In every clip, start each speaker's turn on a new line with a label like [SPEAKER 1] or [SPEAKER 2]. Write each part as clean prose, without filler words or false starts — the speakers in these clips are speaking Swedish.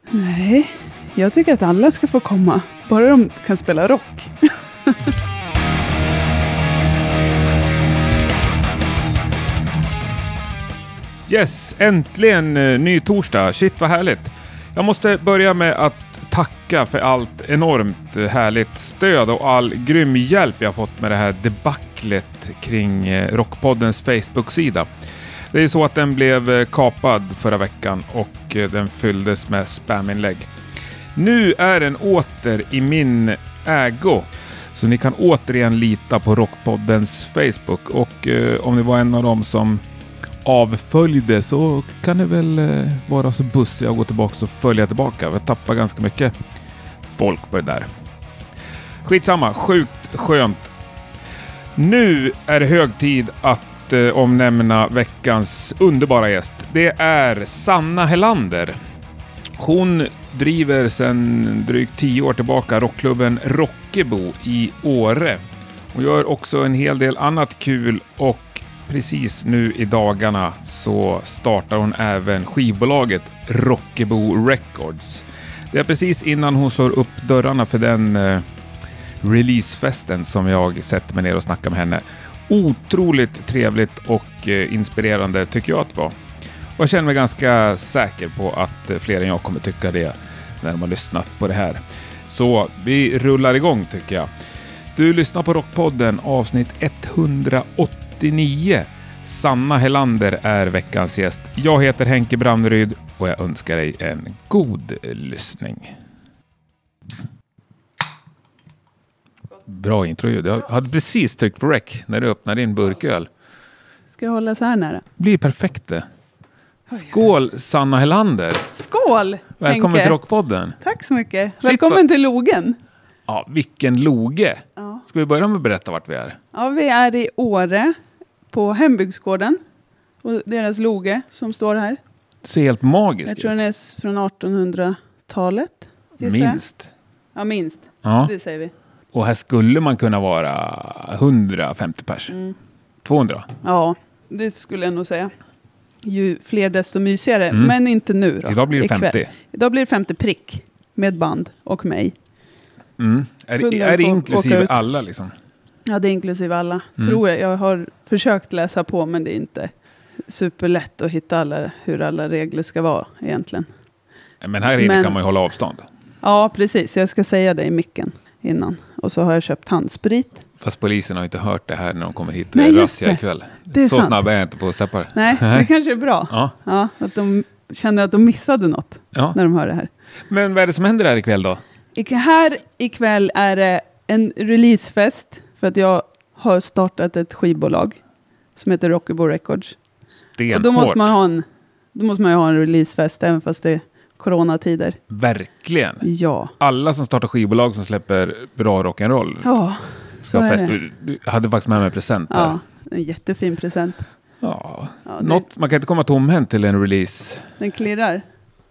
[SPEAKER 1] Nej, jag tycker att alla ska få komma. Bara de kan spela rock.
[SPEAKER 2] Yes, äntligen ny torsdag. Shit vad härligt. Jag måste börja med att tacka för allt enormt härligt stöd och all grym hjälp jag fått med det här debaclet kring Rockpoddens Facebook-sida. Det är så att den blev kapad förra veckan och den fylldes med spaminlägg. Nu är den åter i min ägo. Så ni kan återigen lita på Rockpoddens Facebook. Och om det var en av dem som avföljde så kan det väl vara så bussiga och gå tillbaka och följa tillbaka. Vi tappar ganska mycket folk på det där. Skitsamma, sjukt skönt. Nu är det hög tid att omnämna veckans underbara gäst. Det är Sanna Helander. Hon driver sedan drygt 10 år tillbaka rockklubben Rockebo i Åre. Hon gör också en hel del annat kul och precis nu i dagarna så startar hon även skivbolaget Rockebo Records. Det är precis innan hon slår upp dörrarna för den releasefesten som jag sätter mig ner och snackar med henne. Otroligt trevligt och inspirerande tycker jag att det var. Och jag känner mig ganska säker på att fler än jag kommer tycka det när de har lyssnat på det här. Så vi rullar igång tycker jag. Du lyssnar på Rockpodden avsnitt 189. Sanna Helander är veckans gäst. Jag heter Henke Branneryd och jag önskar dig en god lyssning. Bra introljud. Jag hade precis tryckt på rec när du öppnade din burköl.
[SPEAKER 1] Ska jag hålla så här nära?
[SPEAKER 2] Blir perfekt det. Skål Sanna Helander.
[SPEAKER 1] Skål!
[SPEAKER 2] Välkommen
[SPEAKER 1] Henke.
[SPEAKER 2] till Rockpodden.
[SPEAKER 1] Tack så mycket. Välkommen till Logen.
[SPEAKER 2] Ja, vilken loge.
[SPEAKER 1] Ja.
[SPEAKER 2] Ska vi börja med att berätta vart vi är?
[SPEAKER 1] Ja, vi är i Åre på Hembygdsgården. Och deras loge som står här.
[SPEAKER 2] Det ser helt magiskt
[SPEAKER 1] Jag
[SPEAKER 2] ut.
[SPEAKER 1] tror den är från 1800-talet.
[SPEAKER 2] Minst.
[SPEAKER 1] Ja, minst.
[SPEAKER 2] Ja.
[SPEAKER 1] Det säger vi.
[SPEAKER 2] Och här skulle man kunna vara 150 pers. 200.
[SPEAKER 1] Ja, det skulle jag nog säga. Ju fler desto mysigare. Men inte nu då.
[SPEAKER 2] Idag blir det 50.
[SPEAKER 1] Idag blir det 50 prick. Med band och mig.
[SPEAKER 2] Är det inklusive alla liksom?
[SPEAKER 1] Ja, det är inklusive alla. Tror jag. Jag har försökt läsa på men det är inte superlätt att hitta hur alla regler ska vara egentligen.
[SPEAKER 2] Men här inne kan man ju hålla avstånd.
[SPEAKER 1] Ja, precis. Jag ska säga det i micken innan. Och så har jag köpt handsprit.
[SPEAKER 2] Fast polisen har inte hört det här när de kommer hit.
[SPEAKER 1] Nej, just
[SPEAKER 2] razzia
[SPEAKER 1] det.
[SPEAKER 2] ikväll.
[SPEAKER 1] Det är
[SPEAKER 2] så
[SPEAKER 1] sant.
[SPEAKER 2] snabb är jag inte på att släppa det.
[SPEAKER 1] Nej, det kanske är bra.
[SPEAKER 2] Ja.
[SPEAKER 1] Att de kände att de missade något när de hör det här.
[SPEAKER 2] Men vad är det som händer här ikväll då?
[SPEAKER 1] Här ikväll är det en releasefest. För att jag har startat ett skivbolag som heter Rockebo Records.
[SPEAKER 2] Stenhårt.
[SPEAKER 1] Och då måste man ju ha en releasefest även fast det är coronatider.
[SPEAKER 2] Verkligen.
[SPEAKER 1] Ja.
[SPEAKER 2] Alla som startar skivbolag som släpper bra rock'n'roll
[SPEAKER 1] Ja,
[SPEAKER 2] ska ha fest. Du hade faktiskt med mig present här.
[SPEAKER 1] Ja, en jättefin present.
[SPEAKER 2] Ja.
[SPEAKER 1] Ja,
[SPEAKER 2] Man kan inte komma tomhänt till en release.
[SPEAKER 1] Den klirrar.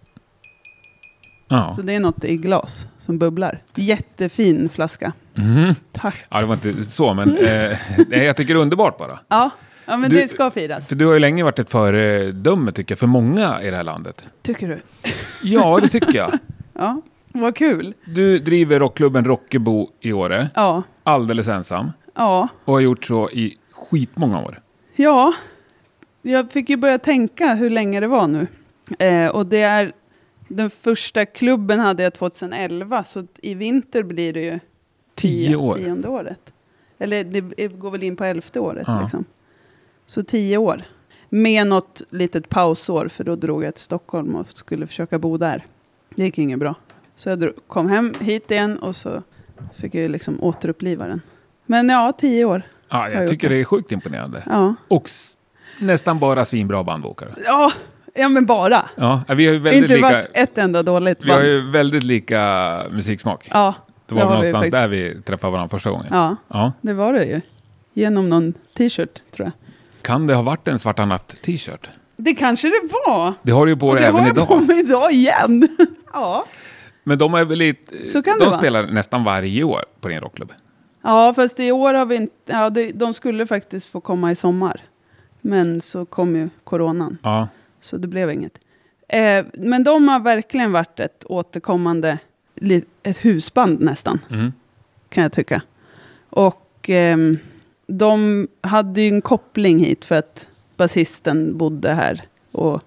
[SPEAKER 2] Ja.
[SPEAKER 1] Så det är något i glas som bubblar. Jättefin flaska. Tack.
[SPEAKER 2] Ja, det var inte så, men jag tycker det är underbart bara.
[SPEAKER 1] Ja, men det ska firas.
[SPEAKER 2] För du har ju länge varit ett föredöme tycker jag, för många i det här landet.
[SPEAKER 1] Tycker du?
[SPEAKER 2] Ja, det tycker jag.
[SPEAKER 1] Ja, vad kul.
[SPEAKER 2] Du driver rockklubben Rockebo i Åre.
[SPEAKER 1] Ja.
[SPEAKER 2] Alldeles ensam.
[SPEAKER 1] Ja.
[SPEAKER 2] Och har gjort så i skitmånga år.
[SPEAKER 1] Ja, jag fick ju börja tänka hur länge det var nu. Och det är den första klubben hade jag 2011. Så i vinter blir det ju
[SPEAKER 2] 10 år.
[SPEAKER 1] 10:e året. Eller det går väl in på 11:e året.
[SPEAKER 2] Ja.
[SPEAKER 1] Liksom. Så 10 år. Med något litet pausår. För då drog jag till Stockholm och skulle försöka bo där. Det gick inget bra. Så jag kom hem hit igen. Och så fick jag ju liksom återuppliva den. Men ja, 10 år.
[SPEAKER 2] Ja, jag tycker det är sjukt imponerande.
[SPEAKER 1] Ja.
[SPEAKER 2] Och nästan bara svinbra bandbokare.
[SPEAKER 1] Ja, men bara.
[SPEAKER 2] Ja, vi har ju väldigt
[SPEAKER 1] Inte
[SPEAKER 2] lika...
[SPEAKER 1] varit ett enda dåligt
[SPEAKER 2] Vi har
[SPEAKER 1] band.
[SPEAKER 2] ju väldigt lika musiksmak.
[SPEAKER 1] Ja.
[SPEAKER 2] Det var
[SPEAKER 1] har vi
[SPEAKER 2] någonstans
[SPEAKER 1] faktiskt.
[SPEAKER 2] där vi träffade varandra första gången.
[SPEAKER 1] Ja, det var det ju. Genom någon t-shirt, tror jag.
[SPEAKER 2] Kan det ha varit en Svartanatt t-shirt?
[SPEAKER 1] Det kanske det var.
[SPEAKER 2] Det har du ju på dig även idag.
[SPEAKER 1] Det har jag på mig idag igen. Ja.
[SPEAKER 2] Men de är väl lite...
[SPEAKER 1] Så kan det
[SPEAKER 2] de
[SPEAKER 1] vara.
[SPEAKER 2] spelar nästan varje år på din rockklubb.
[SPEAKER 1] Ja, fast i år har vi inte... Ja, de skulle faktiskt få komma i sommar. Men så kom ju coronan.
[SPEAKER 2] Ja.
[SPEAKER 1] Så det blev inget. Men de har verkligen varit ett återkommande, ett husband nästan, kan jag tycka. Och de hade ju en koppling hit för att basisten bodde här. Och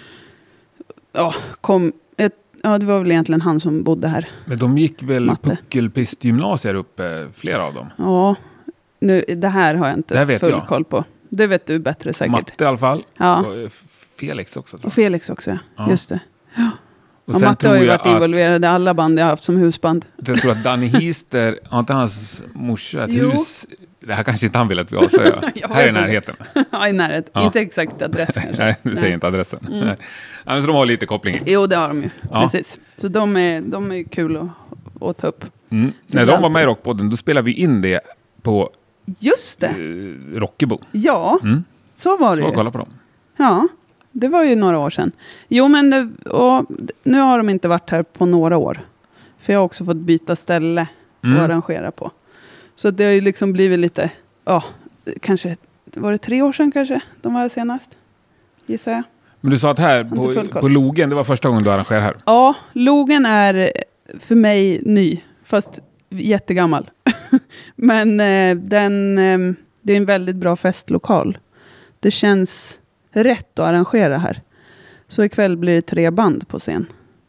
[SPEAKER 1] det var väl egentligen han som bodde här.
[SPEAKER 2] Men de gick väl Puckelpist-gymnasier uppe, flera av dem?
[SPEAKER 1] Ja, det här har jag inte full koll på. Det vet du bättre säkert.
[SPEAKER 2] Matte i alla fall.
[SPEAKER 1] Ja.
[SPEAKER 2] Och Felix också.
[SPEAKER 1] Och Felix också, ja. Just det. Ja. Och Matte har ju varit involverad i alla band jag har haft som husband.
[SPEAKER 2] Jag tror att Danny Hister, har inte hans morsa ett hus? Det här kanske inte han vill att vi avslöjar. Här i närheten.
[SPEAKER 1] Ja, i närheten. Ja. Inte exakt adress kanske.
[SPEAKER 2] Nej, du säger inte adressen. Nej, men så de har lite koppling.
[SPEAKER 1] Jo, det har de ju. Ja. Precis. Så de är kul att ta upp.
[SPEAKER 2] När de var med i Rockpodden, då spelade vi in det på
[SPEAKER 1] just det.
[SPEAKER 2] Rockebo.
[SPEAKER 1] Ja, så var det ju.
[SPEAKER 2] Så kolla på dem.
[SPEAKER 1] Ja, det var ju några år sedan. Jo, men nu har de inte varit här på några år. För jag har också fått byta ställe och arrangera på. Så det har ju liksom blivit lite, kanske, var det 3 år sedan kanske de var här senast, gissar jag.
[SPEAKER 2] Men du sa att här på Logen, det var första gången du arrangerade här.
[SPEAKER 1] Ja, Logen är för mig ny, fast jättegammal. Men det är en väldigt bra festlokal. Det känns rätt att arrangera här. Så ikväll blir det 3 band på scen.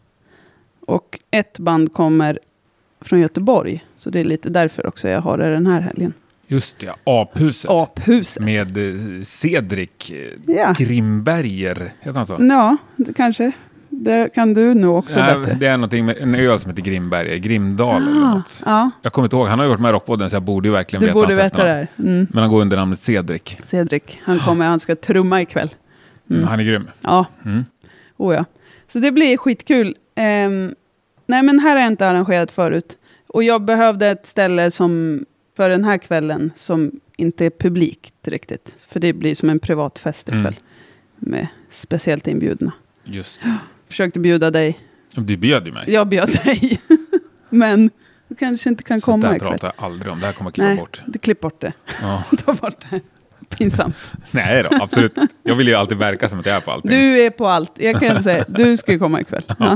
[SPEAKER 1] Och ett band kommer från Göteborg. Så det är lite därför också jag har det den här helgen.
[SPEAKER 2] Just det, Aphuset.
[SPEAKER 1] Aphuset.
[SPEAKER 2] Med Cedric Grimberger, heter han så?
[SPEAKER 1] Ja, kanske. Det kan du nog också bättre.
[SPEAKER 2] Det är någonting med en öl som heter Grimberger, Grimdal eller något.
[SPEAKER 1] Ja.
[SPEAKER 2] Jag kommer inte ihåg, han har ju varit med i Rockpodden så jag borde ju verkligen veta.
[SPEAKER 1] Du borde veta det här.
[SPEAKER 2] Men han går under namnet Cedric.
[SPEAKER 1] Cedric, han ska trumma ikväll.
[SPEAKER 2] Han är grym.
[SPEAKER 1] Ja, ja. Så det blir skitkul. Nej, men här har jag inte arrangerat förut. Och jag behövde ett ställe som för den här kvällen som inte är publikt riktigt. För det blir som en privat fest ikväll. Med speciellt inbjudna.
[SPEAKER 2] Just.
[SPEAKER 1] Försökte bjuda dig.
[SPEAKER 2] Du bjöd ju mig.
[SPEAKER 1] Jag bjöd dig. Men du kanske inte kan komma ikväll.
[SPEAKER 2] Det här pratar jag aldrig om. Det här kommer att klippa bort.
[SPEAKER 1] Du klipp bort det.
[SPEAKER 2] Ja.
[SPEAKER 1] Ta bort det. Pinsamt.
[SPEAKER 2] Nej då, absolut. Jag vill ju alltid verka som att jag är på allting.
[SPEAKER 1] Du är på allt. Jag kan säga, du ska komma ikväll. Ja.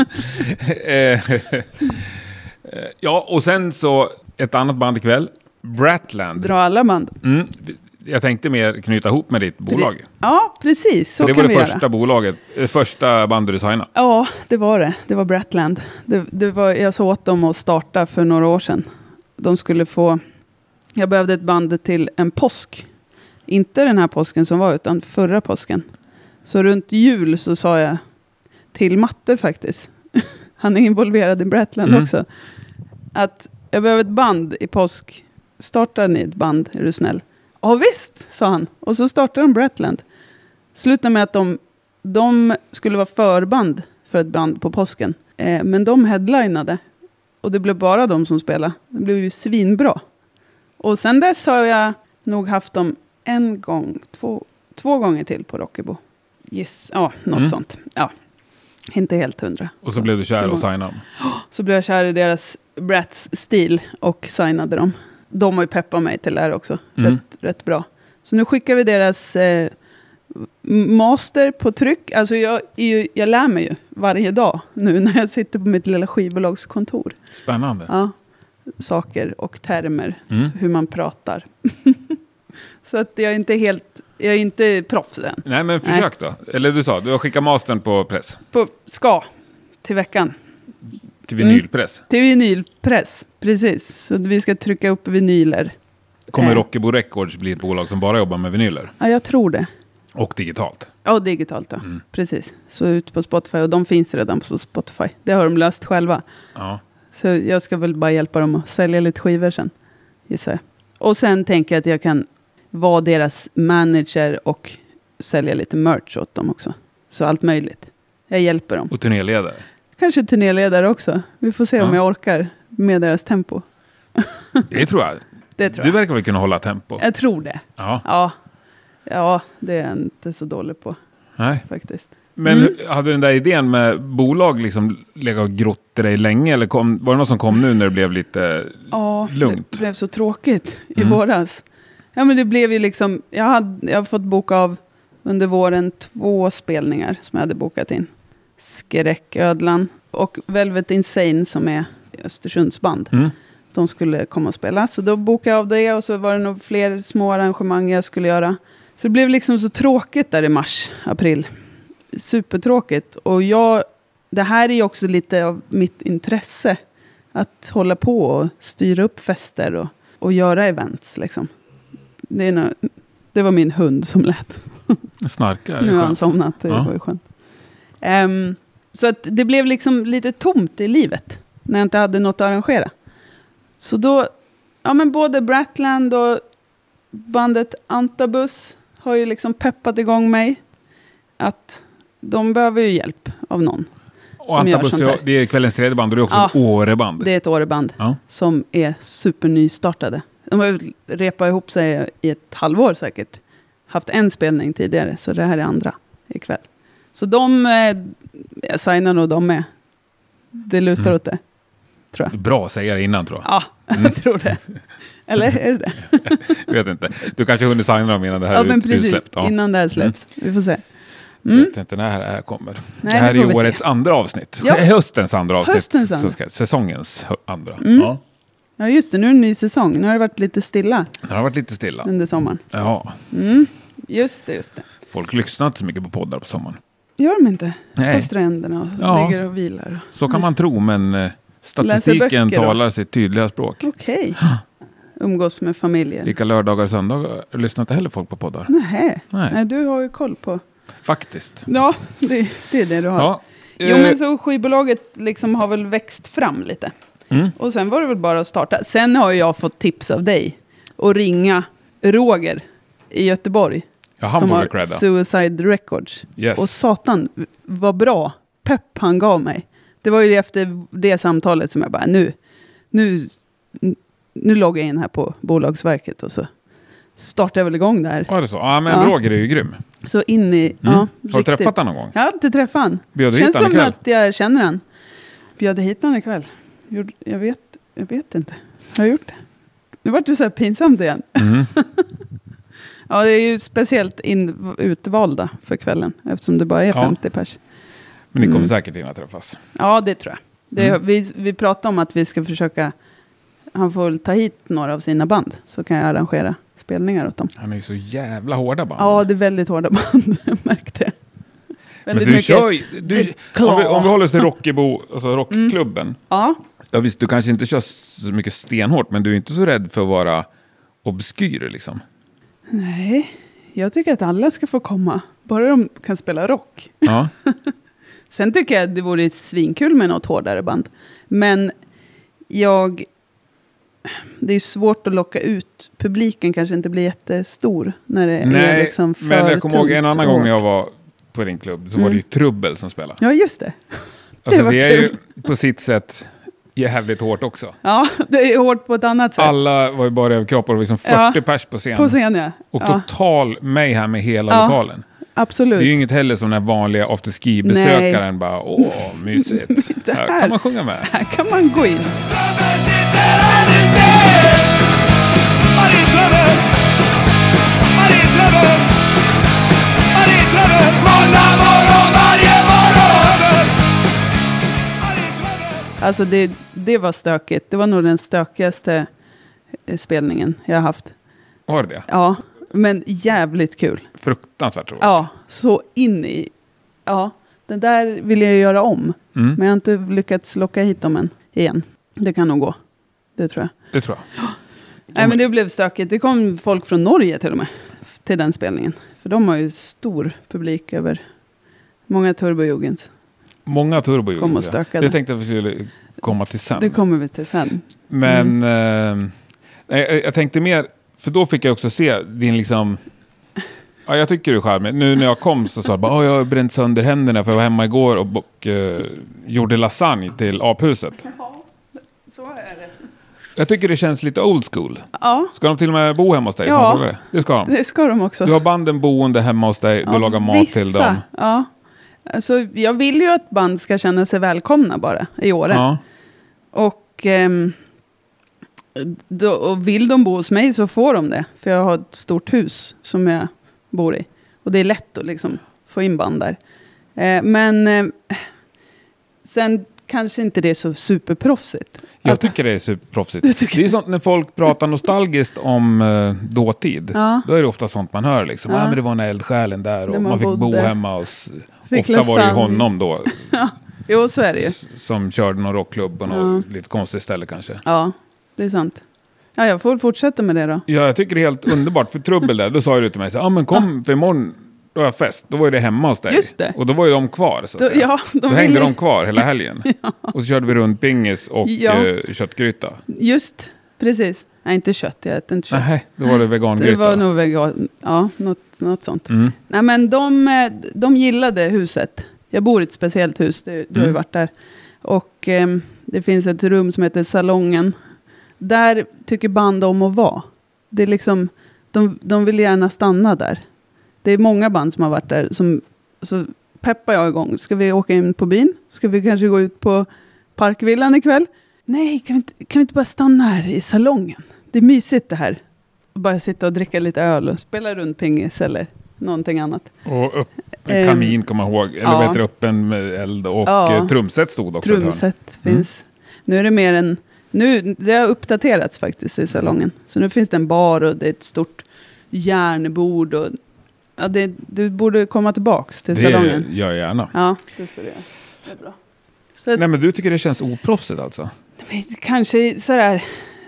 [SPEAKER 2] Ja, och sen så ett annat band ikväll. Bratland.
[SPEAKER 1] Dra alla band.
[SPEAKER 2] Jag tänkte mer knyta ihop med ditt bolag.
[SPEAKER 1] Ja, precis. Så
[SPEAKER 2] det
[SPEAKER 1] kan
[SPEAKER 2] var
[SPEAKER 1] vi
[SPEAKER 2] det första bolaget, första bandet du signade.
[SPEAKER 1] Ja, det var det. Det var Bratland. Jag sa åt dem att starta för några år sedan. De skulle få... Jag behövde ett band till en påsk. Inte den här påsken som var, utan förra påsken. Så runt jul så sa jag till Matte faktiskt. Han är involverad i Bratland också. Att jag behöver ett band i påsk. Startar ni ett band, är du snäll? Ja visst, sa han. Och så startade de Bratland. Slutade med att de skulle vara förband för ett band på påsken. Men de headlinade. Och det blev bara de som spelade. Det blev ju svinbra. Och sen dess har jag nog haft dem två gånger till på Rockebo. Yes. Ja, något sånt. Ja, inte helt 100.
[SPEAKER 2] Och så blev du kär och signade dem.
[SPEAKER 1] Så blev jag kär i deras Brats-stil och signade dem. De har ju peppat mig till det här också. Rätt bra. Så nu skickar vi deras master på tryck. Alltså jag lär mig ju varje dag nu när jag sitter på mitt lilla skivbolagskontor.
[SPEAKER 2] Spännande.
[SPEAKER 1] Ja, saker och termer. Hur man pratar. Så att jag är inte proffs än.
[SPEAKER 2] Nej, men försök då. Eller du har skickat mastern på press.
[SPEAKER 1] Till veckan.
[SPEAKER 2] Till vinylpress.
[SPEAKER 1] Till vinylpress, precis. Så vi ska trycka upp vinyler.
[SPEAKER 2] Kommer Rockebo Records bli ett bolag som bara jobbar med vinyler?
[SPEAKER 1] Ja, jag tror det.
[SPEAKER 2] Och digitalt?
[SPEAKER 1] Ja, digitalt då. Precis. Så ut på Spotify. Och de finns redan på Spotify. Det har de löst själva.
[SPEAKER 2] Ja.
[SPEAKER 1] Så jag ska väl bara hjälpa dem att sälja lite skivor sen. Gissar jag. Och sen tänker jag att jag kan vara deras manager och sälja lite merch åt dem också. Så allt möjligt. Jag hjälper dem.
[SPEAKER 2] Och turnéledare? Kanske
[SPEAKER 1] turnéledare också. Vi får se om jag orkar med deras tempo.
[SPEAKER 2] Det tror jag. Du verkar väl kunna hålla tempo?
[SPEAKER 1] Jag tror det. Ja, det är jag inte så dålig på.
[SPEAKER 2] Nej.
[SPEAKER 1] Faktiskt.
[SPEAKER 2] Men hade den där idén med bolag liksom legat och grott i dig länge? Eller var det något som kom nu när det blev lite lugnt?
[SPEAKER 1] Det blev så tråkigt i våras. Ja, men det blev ju liksom... Jag har fått boka av under våren 2 spelningar som jag hade bokat in. Skräcködlan och Velvet Insane som är Östersundsband. De skulle komma och spela. Så då bokade jag av det och så var det nog fler små arrangemang jag skulle göra. Så det blev liksom så tråkigt där i mars, april. Supertråkigt. Och det här är ju också lite av mitt intresse. Att hålla på och styra upp fester och göra events liksom. Det var min hund som lät.
[SPEAKER 2] Snarkar.
[SPEAKER 1] Nu har han somnat, det var ju skönt. Så att det blev liksom lite tomt i livet. När jag inte hade något att arrangera. Så då, men både Bratland och bandet Antabus har ju liksom peppat igång mig. Att de behöver ju hjälp av någon.
[SPEAKER 2] Och Antabus, det är kvällens tredje band och det är också ett Åreband.
[SPEAKER 1] Det är ett Åreband som är supernystartade. De har repat ihop sig i ett halvår säkert. Haft en spelning tidigare, så det här är andra ikväll. Så jag signar nog dem med. Det lutar åt det, tror jag.
[SPEAKER 2] Bra att säga det innan, tror jag.
[SPEAKER 1] Ja, jag tror det. Eller är det det?
[SPEAKER 2] Jag vet inte. Du kanske hunnit signa dem innan det här
[SPEAKER 1] men precis,
[SPEAKER 2] släppt. Ja,
[SPEAKER 1] innan det här släpps. Vi får se.
[SPEAKER 2] Jag vet inte när det här kommer.
[SPEAKER 1] Nej,
[SPEAKER 2] det här är ju
[SPEAKER 1] årets
[SPEAKER 2] årets andra avsnitt.
[SPEAKER 1] Ja.
[SPEAKER 2] Höstens andra avsnitt.
[SPEAKER 1] Höstens andra.
[SPEAKER 2] Säsongens andra.
[SPEAKER 1] Ja, just det. Nu är det en ny säsong. Nu har det varit lite stilla.
[SPEAKER 2] Det har varit lite stilla.
[SPEAKER 1] Under sommaren.
[SPEAKER 2] Ja.
[SPEAKER 1] Just det.
[SPEAKER 2] Folk lyssnar inte så mycket på poddar på sommaren.
[SPEAKER 1] Gör de inte?
[SPEAKER 2] Nej.
[SPEAKER 1] På stränderna och ligger och vilar.
[SPEAKER 2] Så kan man tro, men statistiken talar sitt tydliga språk.
[SPEAKER 1] Okej. Umgås med familjer.
[SPEAKER 2] Vilka lördagar och söndagar lyssnar inte heller folk på poddar?
[SPEAKER 1] Nej, du har ju koll på.
[SPEAKER 2] Faktiskt.
[SPEAKER 1] Ja, det är det du har.
[SPEAKER 2] Ja.
[SPEAKER 1] Jo, men så skivbolaget liksom har väl växt fram lite. Och sen var det väl bara att starta. Sen har jag fått tips av dig att ringa Roger i Göteborg.
[SPEAKER 2] Ja, han
[SPEAKER 1] som
[SPEAKER 2] får
[SPEAKER 1] har
[SPEAKER 2] vi credda.
[SPEAKER 1] Suicide Records.
[SPEAKER 2] Yes.
[SPEAKER 1] Och satan, vad bra pepp han gav mig. Det var ju efter det samtalet som jag bara, nu loggar jag in här på Bolagsverket och så startar jag väl igång där.
[SPEAKER 2] Ja, det är så. Ja, men Roger är ju grym.
[SPEAKER 1] Så in i,
[SPEAKER 2] Har du träffat honom någon gång?
[SPEAKER 1] Jag har inte träffat han.
[SPEAKER 2] Bjöd du
[SPEAKER 1] Känns
[SPEAKER 2] hit han
[SPEAKER 1] som
[SPEAKER 2] ikväll?
[SPEAKER 1] att jag känner han. Bjöd hit han ikväll. Jag vet inte. Har jag gjort det? Nu vart det så här pinsamt igen. Ja, det är ju speciellt utvalda för kvällen. Eftersom det bara är 50 pers.
[SPEAKER 2] Men ni kommer säkert hinna träffas.
[SPEAKER 1] Ja, det tror jag. Vi pratar om att vi ska försöka. Han får väl ta hit några av sina band. Så kan jag arrangera spelningar åt dem.
[SPEAKER 2] Han är ju så jävla hårda band.
[SPEAKER 1] Ja, det är väldigt hårda band. Jag märkte det.
[SPEAKER 2] Men du kör ju... Om vi håller oss till Rockebo, alltså rockklubben.
[SPEAKER 1] Ja.
[SPEAKER 2] Ja visst, du kanske inte kör så mycket stenhårt, men du är inte så rädd för att vara obskyr liksom.
[SPEAKER 1] Nej, jag tycker att alla ska få komma. Bara de kan spela rock.
[SPEAKER 2] Ja.
[SPEAKER 1] Sen tycker jag att det vore svinkul med något hårdare band. Men det är svårt att locka ut. Publiken kanske inte blir jättestor när det är liksom för
[SPEAKER 2] men jag kommer ihåg en annan gång när jag
[SPEAKER 1] hårt.
[SPEAKER 2] var på din klubb så var det ju Trubbel som spelade.
[SPEAKER 1] Ja, just det.
[SPEAKER 2] Alltså
[SPEAKER 1] var
[SPEAKER 2] det är ju
[SPEAKER 1] kul.
[SPEAKER 2] på sitt sätt jävligt hårt också.
[SPEAKER 1] Ja, det är hårt på ett annat sätt.
[SPEAKER 2] Alla var ju bara överkroppar och liksom 40 pers på scen.
[SPEAKER 1] På scen, ja.
[SPEAKER 2] Och total mig här med hela lokalen.
[SPEAKER 1] Absolut.
[SPEAKER 2] Det är ju inget heller som den vanliga afterski-besökaren bara, mysigt. Här kan man sjunga med.
[SPEAKER 1] Här kan man gå in. Alltså det var stökigt. Det var nog den stökigaste spelningen jag har haft.
[SPEAKER 2] Har du det?
[SPEAKER 1] Ja, men jävligt kul.
[SPEAKER 2] Fruktansvärt roligt.
[SPEAKER 1] Ja, så in i... Ja, den där vill jag göra om. Men jag har inte lyckats locka hit dem än igen. Det kan nog gå. Det tror jag.
[SPEAKER 2] Det tror jag.
[SPEAKER 1] Nej, men det blev stökigt. Det kom folk från Norge till och med. Till den spelningen. För de har ju stor publik över många turbojugens.
[SPEAKER 2] Många turbojugens.
[SPEAKER 1] Kom och stökade.
[SPEAKER 2] Det tänkte jag att vi skulle komma till sen.
[SPEAKER 1] Det kommer vi till sen.
[SPEAKER 2] Men jag tänkte mer, för då fick jag också se din liksom... Ja, jag tycker du är charmig. Nu när jag kom så sa jag bara, jag har bränt sönder händerna för jag var hemma igår och gjorde lasagne till aphuset.
[SPEAKER 1] Ja, så är det.
[SPEAKER 2] Jag tycker det känns lite old school.
[SPEAKER 1] Ja.
[SPEAKER 2] Ska de till och med bo hemma hos dig?
[SPEAKER 1] Ja,
[SPEAKER 2] det ska de.
[SPEAKER 1] Det ska de också.
[SPEAKER 2] Du har banden boende hemma hos dig, du lagar mat till dem.
[SPEAKER 1] Ja, alltså jag vill ju att band ska känna sig välkomna bara i Åre.
[SPEAKER 2] Ja.
[SPEAKER 1] Och vill de bo hos mig så får de det. För jag har ett stort hus som jag bor i. Och det är lätt att liksom få in band där. Men sen kanske inte det är så superproffsigt.
[SPEAKER 2] Jag tycker det är superproffsigt. Det är sånt när folk pratar nostalgiskt om dåtid.
[SPEAKER 1] Ja.
[SPEAKER 2] Då är det ofta sånt man hör liksom.
[SPEAKER 1] Ja.
[SPEAKER 2] Men det var en eldsjälen där och
[SPEAKER 1] Där man
[SPEAKER 2] man fick bo
[SPEAKER 1] bodde.
[SPEAKER 2] hemma hos...
[SPEAKER 1] Fick
[SPEAKER 2] Ofta var det ju
[SPEAKER 1] lasagne.
[SPEAKER 2] honom då.
[SPEAKER 1] Ja. Jo, så är det ju.
[SPEAKER 2] Som körde någon rockklubb och något lite konstigt ställe kanske.
[SPEAKER 1] Ja, det är sant. Ja, jag får fortsätta med det då.
[SPEAKER 2] Ja, jag tycker det är helt underbart. För trubbel där, då sa du till mig så här, men kom för imorgon, då har jag fest. Då var det hemma hos dig.
[SPEAKER 1] Just det.
[SPEAKER 2] Och då var ju de kvar så att
[SPEAKER 1] Då,
[SPEAKER 2] säga.
[SPEAKER 1] ja,
[SPEAKER 2] Då hängde de kvar hela helgen. Och så körde vi runt pingis och köttgryta.
[SPEAKER 1] Just, precis. Nej, inte kött. Jag äter inte kött.
[SPEAKER 2] Nej, då var det vegangryta.
[SPEAKER 1] Det var nog vegan. Ja, något sånt.
[SPEAKER 2] Mm.
[SPEAKER 1] Nej, men de gillade huset. Jag bor i ett speciellt hus. Du har ju varit där. Och det finns ett rum som heter Salongen. Där tycker band om att vara. Det är liksom, de vill gärna stanna där. Det är många band som har varit där. Så peppar jag igång. Ska vi åka in på byn? Ska vi kanske gå ut på Parkvillan ikväll? Nej, kan vi inte bara stanna här i Salongen? Det är mysigt det här. Bara sitta och dricka lite öl och spela runt pingis eller någonting annat.
[SPEAKER 2] Och upp en kamin, kommer jag ihåg. Eller vet du, öppen med eld och trumset stod också.
[SPEAKER 1] Trumset finns. Nu är det mer en... Det har uppdaterats faktiskt i Salongen. Så nu finns det en bar och det är ett stort järnbord. Och, ja, du borde komma tillbaks till Salongen.
[SPEAKER 2] Det gör jag gärna.
[SPEAKER 1] Ja, det ska du göra. Det är bra. Så,
[SPEAKER 2] nej, men du tycker det känns oproffsigt alltså?
[SPEAKER 1] Kanske sådär...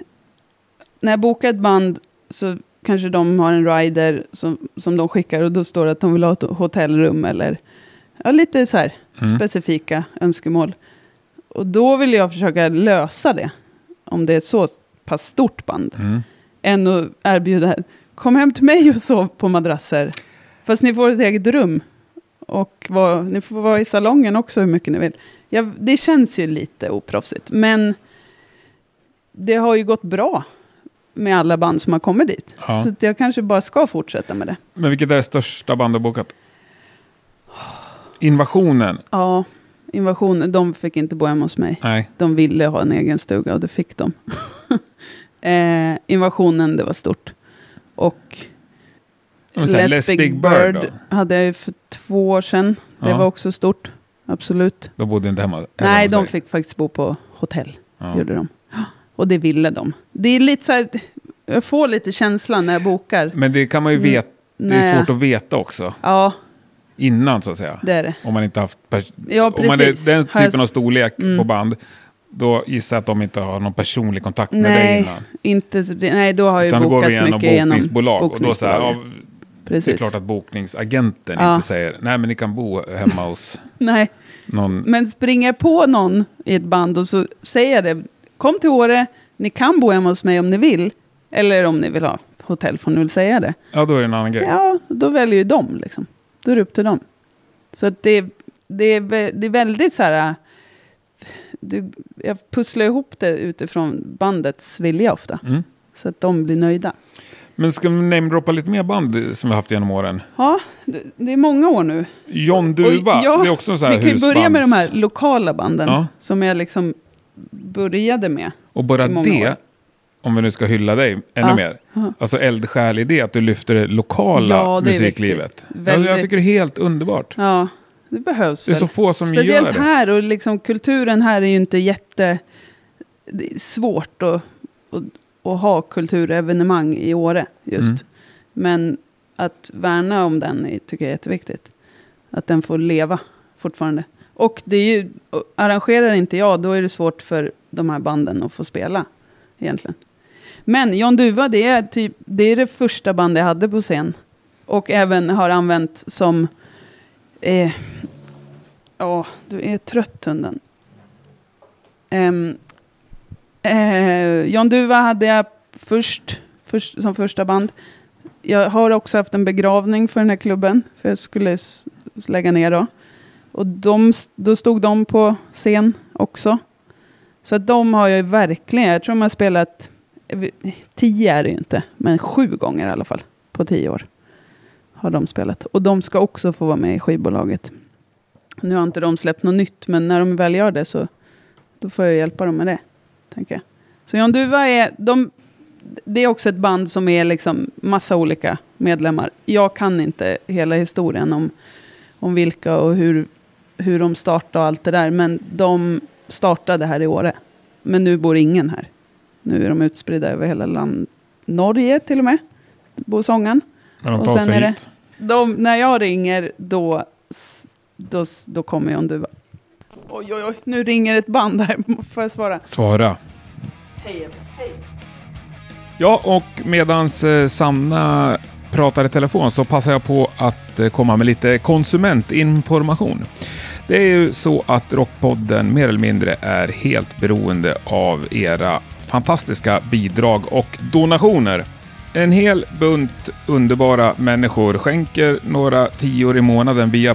[SPEAKER 1] När jag bokar ett band så kanske de har en rider som de skickar. Och då står det att de vill ha ett hotellrum eller... Ja, lite så här specifika önskemål. Och då vill jag försöka lösa det. Om det är ett så pass stort band. Än att erbjuda, kom hem till mig och sov på madrasser. Fast ni får ett eget rum. Och ni får vara i salongen också hur mycket ni vill. Det känns ju lite oproffsigt. Men det har ju gått bra med alla band som har kommit dit.
[SPEAKER 2] Ja.
[SPEAKER 1] Så att jag kanske bara ska fortsätta med det.
[SPEAKER 2] Men vilket är det största band du bokat? Invasionen?
[SPEAKER 1] Ja, Invasionen. De fick inte bo hemma hos mig.
[SPEAKER 2] Nej.
[SPEAKER 1] De ville ha en egen stuga och det fick de. Invasionen, det var stort. Och
[SPEAKER 2] Les Big Bird då?
[SPEAKER 1] Hade jag ju för 2 år sedan. Det var också stort. Absolut.
[SPEAKER 2] De bodde inte hemma?
[SPEAKER 1] Nej, de fick faktiskt bo på hotell. Gjorde de. Och det ville de. Det är lite så här... Jag får lite känslan när jag bokar.
[SPEAKER 2] Men det kan man ju veta. Det är svårt att veta också.
[SPEAKER 1] Ja.
[SPEAKER 2] Innan så att säga.
[SPEAKER 1] Det är det.
[SPEAKER 2] Om man inte haft...
[SPEAKER 1] Ja, precis.
[SPEAKER 2] Om man är den typen av storlek på band. Då gissar jag att de inte har någon personlig kontakt med dig innan.
[SPEAKER 1] Nej, då har jag bokat mycket genom
[SPEAKER 2] bokningsbolag. Och då så här,
[SPEAKER 1] precis.
[SPEAKER 2] Det är klart att bokningsagenten inte säger, nej men ni kan bo hemma hos
[SPEAKER 1] nej.
[SPEAKER 2] någon.
[SPEAKER 1] Men springer på någon i ett band och så säger jag det, kom till Åre, ni kan bo hemma hos mig om ni vill. Eller om ni vill ha hotell får ni väl säga det.
[SPEAKER 2] Ja, då är det en annan grej.
[SPEAKER 1] Ja, då väljer ju de liksom. Då är det upp till dem. Så att det är väldigt så här... jag pusslar ihop det utifrån bandets vilja ofta. Så att de blir nöjda.
[SPEAKER 2] Men ska vi namedroppa lite mer band som vi har haft genom åren?
[SPEAKER 1] Ja, det är många år nu.
[SPEAKER 2] John Duva, det är också så här
[SPEAKER 1] vi kan börja med de här lokala banden som jag liksom började med.
[SPEAKER 2] Och bara det,
[SPEAKER 1] år.
[SPEAKER 2] om vi nu ska hylla dig ännu mer. Alltså eldsjäl i det, att du lyfter det lokala musiklivet. Jag tycker det är helt underbart.
[SPEAKER 1] Ja, det behövs.
[SPEAKER 2] Det är så få som
[SPEAKER 1] speciellt
[SPEAKER 2] gör det.
[SPEAKER 1] Här och liksom kulturen här är ju inte det är svårt att ha kulturevenemang i Åre just. Men att värna om den tycker jag är jätteviktigt. Att den får leva fortfarande. Och det är ju, arrangerar inte jag, då är det svårt för de här banden att få spela egentligen. Men John Duva, det är det första band jag hade på scen. Och även har använt som... du är trött, hunden. John Duva hade jag först som första band. Jag har också haft en begravning för den här klubben. För jag skulle lägga ner då. Och då stod de på scen också. Så att de har jag ju verkligen... Jag tror de har spelat... 10 är det ju inte. Men 7 gånger i alla fall. På 10 år. Har de spelat. Och de ska också få vara med i skivbolaget. Nu har inte de släppt något nytt. Men när de väl gör det så... Då får jag hjälpa dem med det. Tänker jag. Så John Duva det är också ett band som är liksom massa olika medlemmar. Jag kan inte hela historien om vilka och hur hur de startade och allt det där. Men de startade här i Åre. Men nu bor ingen här. Nu är de utspridda över hela land. Norge till och med. Bor sången.
[SPEAKER 2] Men de
[SPEAKER 1] och
[SPEAKER 2] tar
[SPEAKER 1] sen
[SPEAKER 2] sig
[SPEAKER 1] är det,
[SPEAKER 2] hit.
[SPEAKER 1] när jag ringer då kommer jag om du. Oj, nu ringer ett band här. Får jag svara?
[SPEAKER 2] Svara.
[SPEAKER 1] Hej.
[SPEAKER 2] Ja, och medans Sanna pratar i telefon så passar jag på att komma med lite konsumentinformation. Det är ju så att Rockpodden mer eller mindre är helt beroende av era fantastiska bidrag och donationer. En hel bunt underbara människor skänker några 10 i månaden via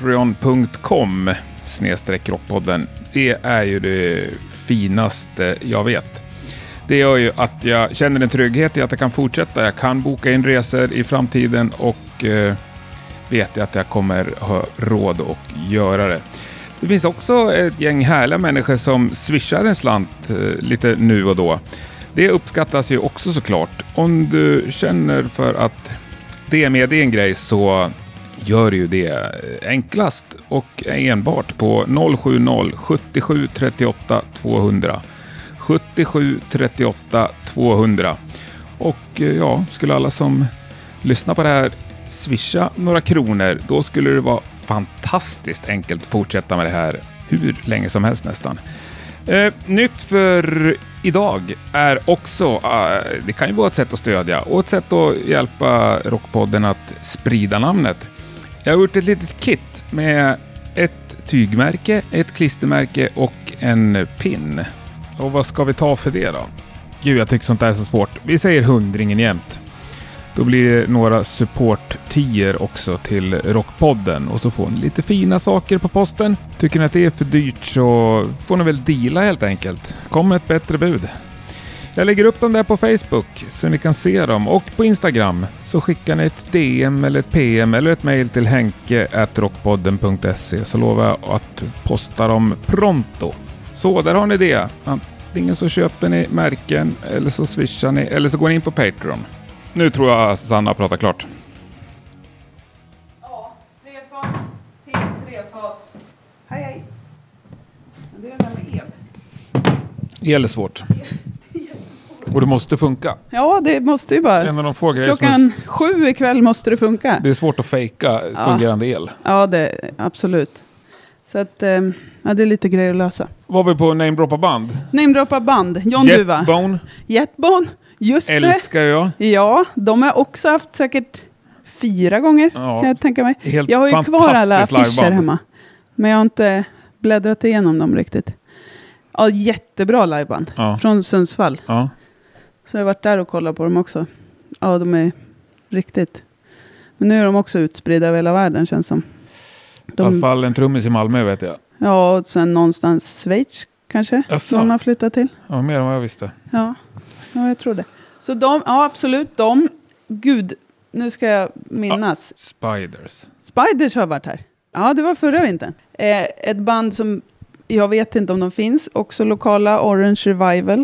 [SPEAKER 2] patreon.com/rockpodden. Det är ju det finaste jag vet. Det gör ju att jag känner en trygghet i att jag kan fortsätta. Jag kan boka in resor i framtiden och vet jag att jag kommer ha råd att göra det. Det finns också ett gäng härliga människor som swishar en slant lite nu och då. Det uppskattas ju också såklart. Om du känner för att det är med en grej så gör ju det enklast och enbart på 070 77 38 200. 77 38 200. Och ja, skulle alla som lyssnar på det här swisha några kronor, då skulle det vara fantastiskt enkelt att fortsätta med det här hur länge som helst nästan. Nytt för idag är också, det kan ju vara ett sätt att stödja och ett sätt att hjälpa Rockpodden att sprida namnet. Jag har gjort ett litet kit med ett tygmärke, ett klistermärke och en pin. Och vad ska vi ta för det då? Gud, jag tycker sånt där är så svårt. Vi säger 100 jämt. Då blir det några support-tier också till Rockpodden. Och så får ni lite fina saker på posten. Tycker ni att det är för dyrt så får ni väl deala helt enkelt. Kom med ett bättre bud. Jag lägger upp dem där på Facebook så ni kan se dem. Och på Instagram så skickar ni ett DM eller ett PM eller ett mail till henke@rockpodden.se så lovar jag att posta dem pronto. Så där har ni det. Antingen så köper ni märken eller så swishar ni eller så går ni in på Patreon. Nu tror jag Sanna pratar klart.
[SPEAKER 1] Ja, 3-fas till 3-fas. Hej. Det är det där med el.
[SPEAKER 2] El är svårt. Och det måste funka.
[SPEAKER 1] Ja, det måste ju bara.
[SPEAKER 2] En av de få grejer
[SPEAKER 1] Klockan 7 ikväll måste det funka.
[SPEAKER 2] Det är svårt att fejka fungerande el.
[SPEAKER 1] Ja, det absolut. Så att ja, det är lite grejer att lösa.
[SPEAKER 2] Var vi på namedroppa band?
[SPEAKER 1] Namedroppa band. John Duva.
[SPEAKER 2] Jetbone.
[SPEAKER 1] Just
[SPEAKER 2] Älskar jag.
[SPEAKER 1] det. Ja, de har också haft säkert 4 gånger kan jag tänka mig. Jag har ju kvar alla affischer hemma. Men jag har inte bläddrat igenom dem riktigt. Ja, jättebra liveband. Ja. Från Sundsvall. Ja. Så jag har varit där och kollat på dem också. Ja, de är riktigt. Men nu är de också utspridda över hela världen känns som.
[SPEAKER 2] I alla fall en trummis i Malmö vet jag.
[SPEAKER 1] Ja, och sen någonstans Schweiz kanske. Som har flyttat till.
[SPEAKER 2] Ja, mer än vad jag visste.
[SPEAKER 1] Ja, jag tror det. Så de, ja absolut, de. Gud, nu ska jag minnas. Spiders har varit här. Ja, det var förra vintern. Ett band som, jag vet inte om de finns. Också lokala, Orange Revival.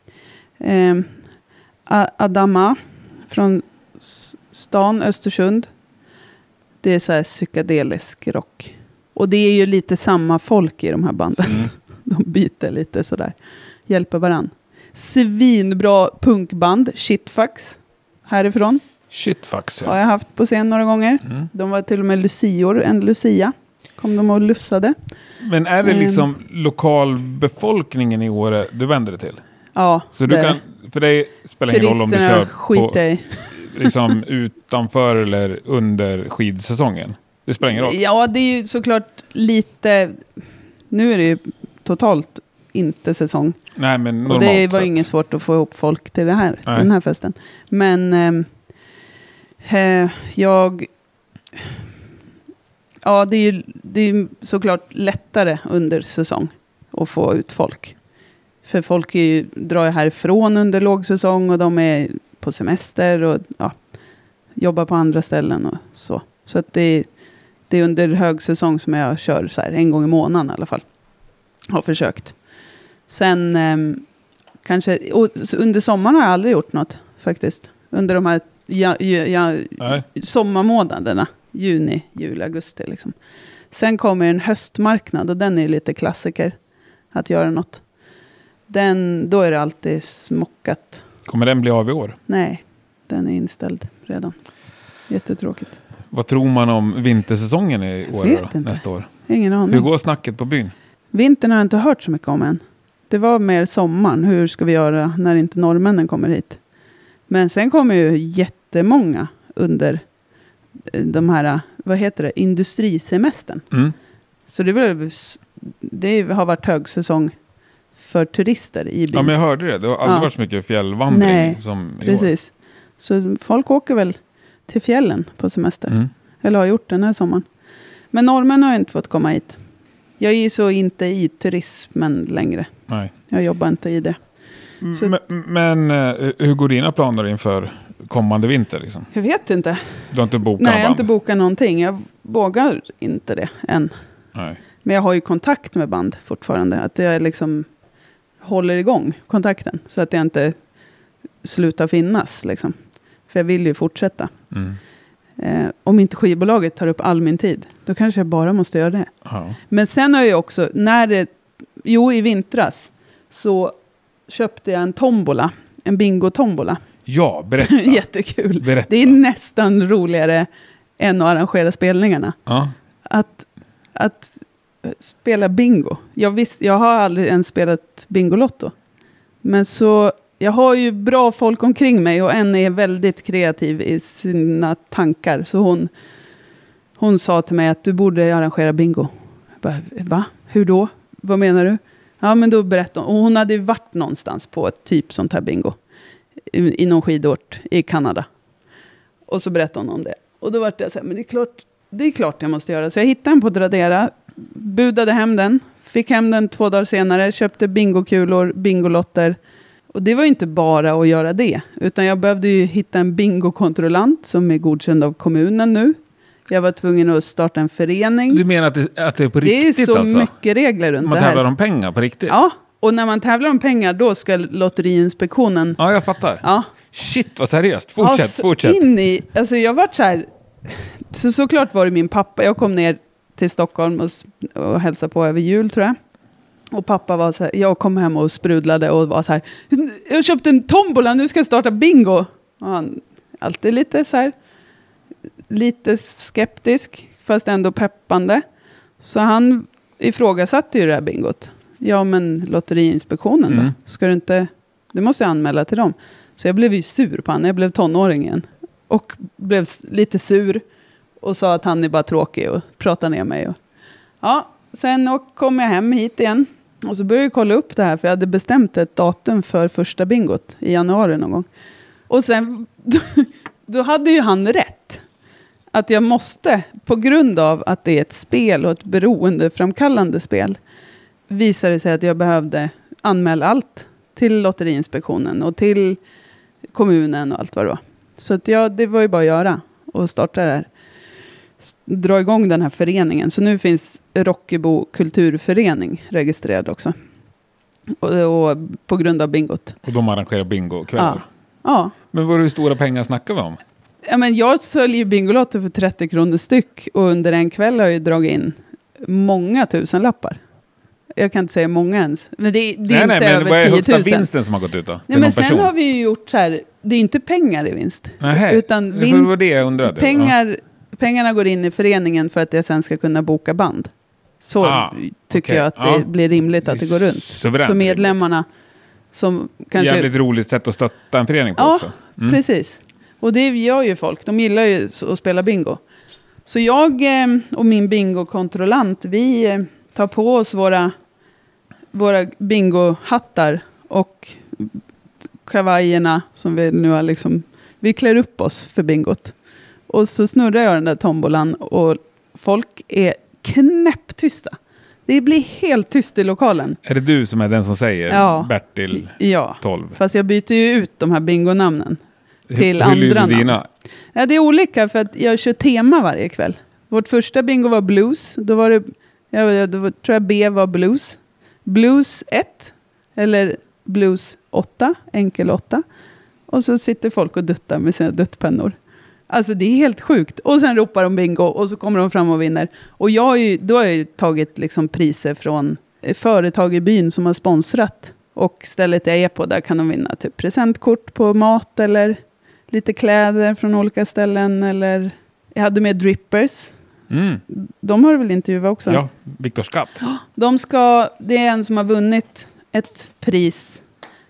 [SPEAKER 1] Adama från stan Östersund. Det är så här psykedelisk rock. Och det är ju lite samma folk i de här banden. Mm. De byter lite sådär. Hjälper varann. Svinbra punkband. Shitfax. Härifrån.
[SPEAKER 2] Shitfax, ja.
[SPEAKER 1] Har jag haft på scen några gånger. Mm. De var till och med Lucior. En Lucia. Kom de och lussade.
[SPEAKER 2] Men är det liksom lokalbefolkningen i Åre du vänder dig till?
[SPEAKER 1] Ja.
[SPEAKER 2] Så du kan, för dig spelar ingen roll om du kör på, liksom utanför eller under skidsäsongen? Det spelar ingen roll? Ja,
[SPEAKER 1] det är ju såklart lite... Nu är det ju totalt inte säsong.
[SPEAKER 2] Nej, men normalt.
[SPEAKER 1] Och det var inget svårt att få ihop folk till det här, den här festen. Men jag... Ja, det är ju såklart lättare under säsong att få ut folk. För folk drar ju härifrån under lågsäsong och de är på semester och jobbar på andra ställen och så. Så att det är under högsäsong som jag kör så här en gång i månaden i alla fall. Har försökt. Sen kanske, och under sommaren har jag aldrig gjort något faktiskt. Under de här sommarmånaderna. Juni, juli, augusti liksom. Sen kommer en höstmarknad och den är lite klassiker att göra något. Då är det alltid smockat.
[SPEAKER 2] Kommer den bli av i år?
[SPEAKER 1] Nej, den är inställd redan. Jättetråkigt.
[SPEAKER 2] Vad tror man om vintersäsongen i år då, nästa år?
[SPEAKER 1] Ingen aning.
[SPEAKER 2] Hur går snacket på byn?
[SPEAKER 1] Vintern har jag inte hört så mycket om än. Det var mer sommaren. Hur ska vi göra när inte norrmännen kommer hit? Men sen kommer ju jättemånga under de här, vad heter det, industrisemestern.
[SPEAKER 2] Mm.
[SPEAKER 1] Så det har varit högsäsong för turister i byn.
[SPEAKER 2] Ja, men jag hörde det. Det har aldrig varit så mycket fjällvandring som i
[SPEAKER 1] precis. År. Så folk åker väl till fjällen på semester.
[SPEAKER 2] Mm.
[SPEAKER 1] Eller har gjort den här sommaren. Men norrmän har inte fått komma hit. Jag är ju så inte i turismen längre.
[SPEAKER 2] Nej.
[SPEAKER 1] Jag jobbar inte i det.
[SPEAKER 2] Men hur går dina planer inför kommande vinter? Liksom?
[SPEAKER 1] Jag vet inte.
[SPEAKER 2] Du har inte bokat
[SPEAKER 1] Nej, jag har
[SPEAKER 2] band?
[SPEAKER 1] inte bokat någonting. Jag vågar inte det än.
[SPEAKER 2] Nej.
[SPEAKER 1] Men jag har ju kontakt med band fortfarande. Att jag liksom håller igång kontakten. Så att jag inte slutar finnas. Liksom. För jag vill ju fortsätta.
[SPEAKER 2] Mm.
[SPEAKER 1] Om inte skivbolaget tar upp all min tid. Då kanske jag bara måste göra det.
[SPEAKER 2] Ja.
[SPEAKER 1] Men sen har jag också, i vintras så köpte jag en tombola. En bingo-tombola.
[SPEAKER 2] Ja, berätta.
[SPEAKER 1] Jättekul.
[SPEAKER 2] Berätta.
[SPEAKER 1] Det är nästan roligare än att arrangera spelningarna.
[SPEAKER 2] Ja.
[SPEAKER 1] Att spela bingo. Jag har aldrig ens spelat Bingolotto. Men så, jag har ju bra folk omkring mig och en är väldigt kreativ i sina tankar. Så hon sa till mig att du borde arrangera bingo. Jag bara, va? Hur då? Vad menar du? Ja, men då berättade hon. Och hon hade ju varit någonstans på ett typ sånt här bingo. I någon skidort i Kanada. Och så berättade hon om det. Och då var det så här, men det är klart jag måste göra. Så jag hittade den på Tradera. Budade hem den. Fick hem den 2 dagar senare. Köpte bingokulor, bingolotter. Och det var ju inte bara att göra det. Utan jag behövde ju hitta en bingokontrollant som är godkänd av kommunen nu. Jag var tvungen att starta en förening.
[SPEAKER 2] Du menar att det är på riktigt
[SPEAKER 1] Det är så
[SPEAKER 2] alltså?
[SPEAKER 1] mycket regler runt det här.
[SPEAKER 2] Man tävlar om pengar på riktigt?
[SPEAKER 1] Ja, och när man tävlar om pengar då ska Lotteriinspektionen...
[SPEAKER 2] Ja, jag fattar.
[SPEAKER 1] Ja.
[SPEAKER 2] Shit, vad seriöst. Fortsätt.
[SPEAKER 1] Jag var så här... Såklart var det min pappa. Jag kom ner till Stockholm och hälsade på över jul, tror jag. Och pappa var så här... Jag kom hem och sprudlade och var så här... Jag köpte en tombola, nu ska jag starta bingo. Och han alltid lite så här... Lite skeptisk, fast ändå peppande. Så han ifrågasatte ju det här bingot. Ja, men Lotteriinspektionen då? Ska du inte... Du måste anmäla till dem. Så jag blev ju sur på han. Jag blev tonåring igen. Och blev lite sur. Och sa att han är bara tråkig och pratar ner mig. Ja, sen kom jag hem hit igen. Och så började jag kolla upp det här. För jag hade bestämt ett datum för första bingot. I januari någon gång. Och sen... Då hade ju han rätt. Att jag måste, på grund av att det är ett spel och ett beroendeframkallande spel, visade sig att jag behövde anmäla allt till Lotteriinspektionen och till kommunen och allt vad det var. Så att det var ju bara att göra och starta det här. Dra igång den här föreningen. Så nu finns Rockebo kulturförening registrerad också. Och på grund av bingot.
[SPEAKER 2] Och de arrangerar bingo-kvällar?
[SPEAKER 1] Ja.
[SPEAKER 2] Men hur stora pengar snackar vi om?
[SPEAKER 1] Ja, men jag säljer bingolotter för 30 kronor styck. Och under en kväll har jag dragit in många tusenlappar. Jag kan inte säga många ens. Men det är inte över 10 000.
[SPEAKER 2] Men vad är högsta vinsten som har gått ut då?
[SPEAKER 1] Nej, men sen har vi ju gjort så här. Det är inte pengar i vinst.
[SPEAKER 2] Nej,
[SPEAKER 1] utan
[SPEAKER 2] det var det jag undrade.
[SPEAKER 1] Pengarna går in i föreningen för att jag sen ska kunna boka band. Så tycker jag att det blir rimligt att det går runt. Så medlemmarna som kanske...
[SPEAKER 2] Jävligt roligt sätt att stötta en förening på också.
[SPEAKER 1] Precis. Och det gör ju folk. De gillar ju att spela bingo. Så jag och min bingokontrollant, vi tar på oss våra bingohattar och kavajerna som vi nu har liksom... Vi klär upp oss för bingot. Och så snurrar jag den där tombolan och folk är knäpptysta. Det blir helt tyst i lokalen.
[SPEAKER 2] Är det du som är den som säger Bertil 12?
[SPEAKER 1] Fast jag byter ju ut de här bingonamnen till andra namn.
[SPEAKER 2] Dina?
[SPEAKER 1] Ja, det är olika för att jag kör tema varje kväll. Vårt första bingo var blues. Då var det, då tror jag B var blues. Blues 1 eller blues 8, enkel 8. Och så sitter folk och duttar med sina duttpennor. Alltså det är helt sjukt. Och sen ropar de bingo och så kommer de fram och vinner. Och då har jag ju tagit liksom priser från företag i byn som har sponsrat. Och stället jag är på, där kan de vinna typ presentkort på mat eller lite kläder från olika ställen. Eller jag hade med drippers. De har väl intervjuat också?
[SPEAKER 2] Ja, Viktor Skatt.
[SPEAKER 1] Det är en som har vunnit ett pris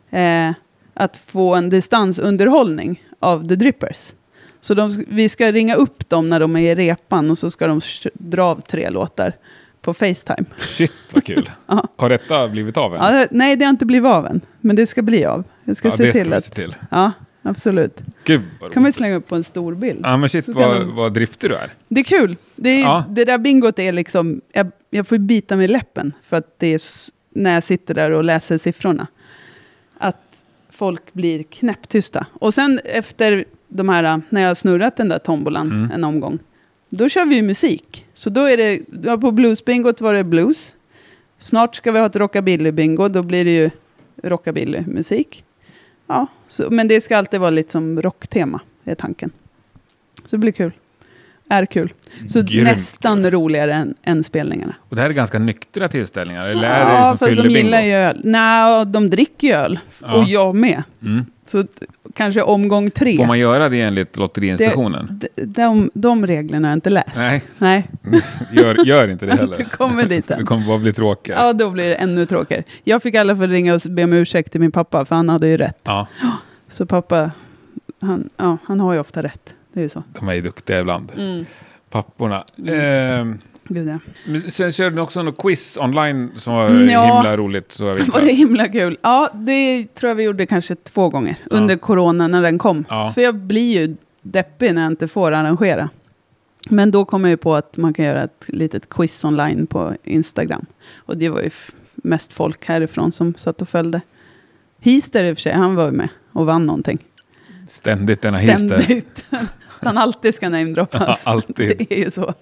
[SPEAKER 1] att få en distansunderhållning av The Drippers. Så vi ska ringa upp dem när de är i repan och så ska de dra av 3 låtar på FaceTime.
[SPEAKER 2] Shit, vad kul. Har detta blivit av än?
[SPEAKER 1] Ja, nej, det har inte blivit av än. Men det ska bli av. Jag ska se till. Ja, absolut.
[SPEAKER 2] Gud, vad
[SPEAKER 1] kan man slänga upp på en stor bild.
[SPEAKER 2] Ja, men shit, vad driftig du är.
[SPEAKER 1] Det är kul. Det där bingot är liksom... Jag får bita mig i läppen för att det är när jag sitter där och läser siffrorna. Att folk blir knäpptysta. Och sen efter de här... När jag har snurrat den där tombolan en omgång. Då kör vi ju musik. Så då är det... Ja, på bluesbingot var det blues. Snart ska vi ha ett rockabilly-bingo. Då blir det ju rockabilly-musik. Ja, men det ska alltid vara lite som rocktema, är tanken. Så det blir kul. Är kul. Så
[SPEAKER 2] Grymt
[SPEAKER 1] nästan roligare än spelningarna.
[SPEAKER 2] Och det här är ganska nyktra tillställningar? Eller
[SPEAKER 1] ja,
[SPEAKER 2] är det
[SPEAKER 1] fast de gillar ju öl. Nej, de dricker ju öl. Ja. Och jag med. Så kanske omgång 3.
[SPEAKER 2] Får man göra det enligt Lotteriinspektionen?
[SPEAKER 1] De reglerna har jag inte läst.
[SPEAKER 2] Nej. Gör inte det heller.
[SPEAKER 1] Du kommer dit.
[SPEAKER 2] Det kommer bara bli tråkigt.
[SPEAKER 1] Ja, då blir det ännu tråkigare. Jag fick i alla fall ringa och be om ursäkt till min pappa, för han hade ju rätt.
[SPEAKER 2] Ja.
[SPEAKER 1] Så pappa, han har ju ofta rätt. Det är ju så.
[SPEAKER 2] De är ju duktiga ibland. Papporna.
[SPEAKER 1] Gud, ja.
[SPEAKER 2] Sen körde ni också något quiz online som var himla roligt. Så
[SPEAKER 1] var det himla kul. Ja, det tror jag vi gjorde kanske 2 gånger under corona när den kom. Ja. För jag blir ju deppig när jag inte får arrangera. Men då kom jag ju på att man kan göra ett litet quiz online på Instagram. Och det var ju mest folk härifrån som satt och följde. Hister i och för sig, han var ju med och vann någonting.
[SPEAKER 2] Ständigt denna Hister.
[SPEAKER 1] Han alltid ska namedroppas.
[SPEAKER 2] Ja, alltid.
[SPEAKER 1] Det är ju så.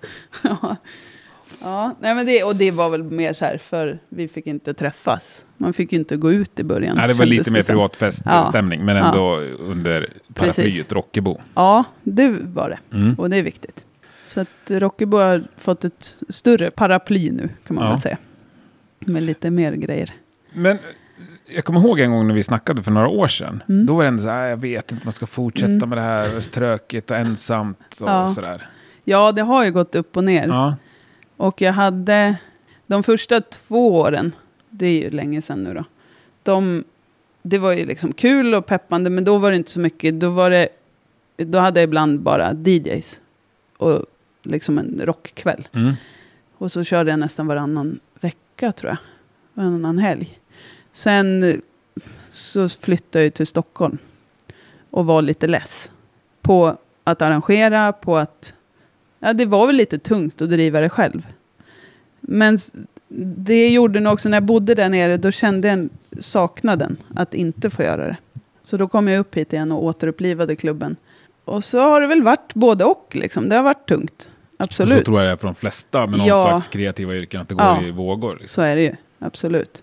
[SPEAKER 1] Ja, nej, men det var väl mer så här, för vi fick inte träffas. Man fick ju inte gå ut i början.
[SPEAKER 2] Nej, det var lite mer privatfeststämning, men ändå under paraplyet Rockebo.
[SPEAKER 1] Ja, det var det. Och det är viktigt. Så att Rockebo har fått ett större paraply nu, kan man väl säga. Med lite mer grejer.
[SPEAKER 2] Men jag kommer ihåg en gång när vi snackade för några år sedan. Då var det ändå så här, jag vet inte om man ska fortsätta med det här. Det är tråkigt och ensamt och sådär. Ja,
[SPEAKER 1] det har ju gått upp och ner.
[SPEAKER 2] Ja.
[SPEAKER 1] Och jag hade de första 2 åren, det är ju länge sedan nu då. Det var ju liksom kul och peppande, men då var det inte så mycket. Då hade jag ibland bara DJs och liksom en rockkväll. Och så körde jag nästan varannan vecka, tror jag. Varannan helg. Sen så flyttade jag till Stockholm och var lite less på att arrangera, på att det var väl lite tungt att driva det själv. Men det gjorde nog också, när jag bodde där nere, då kände jag saknaden att inte få göra det. Så då kom jag upp hit igen och återupplivade klubben. Och så har det väl varit både och liksom. Det har varit tungt. Absolut.
[SPEAKER 2] Så tror jag det är för de flesta med någon slags kreativa yrken, att det går i vågor. Liksom.
[SPEAKER 1] Så är det ju. Absolut.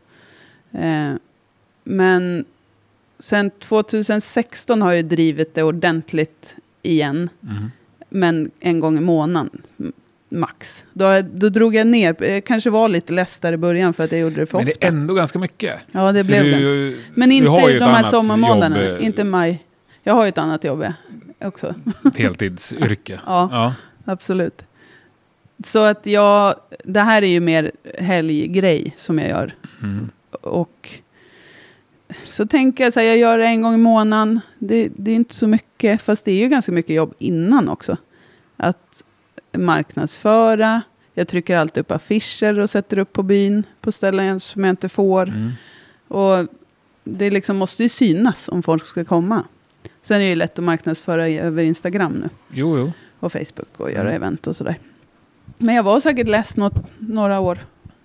[SPEAKER 1] Men sen 2016 har jag drivit det ordentligt igen. Men en gång i månaden max. Då drog jag ner. Jag kanske var lite less där i början för att jag gjorde det för ofta.
[SPEAKER 2] Men det är ändå ganska mycket.
[SPEAKER 1] Ja, det blev det. Men inte de här sommarmånaderna. Inte maj. Jag har ju ett annat jobb också.
[SPEAKER 2] Ett heltidsyrke.
[SPEAKER 1] Ja, absolut. Så att det här är ju mer helggrej som jag gör. Och så tänker jag så här, jag gör det en gång i månaden. Det är inte så mycket, fast det är ju ganska mycket jobb innan också. Att marknadsföra. Jag trycker alltid upp affischer och sätter upp på byn, på ställen som jag inte får. Och det liksom måste ju synas om folk ska komma. Sen är det ju lätt att marknadsföra över Instagram nu.
[SPEAKER 2] Jo.
[SPEAKER 1] Och Facebook och göra event och sådär. Men jag var säkert less några år.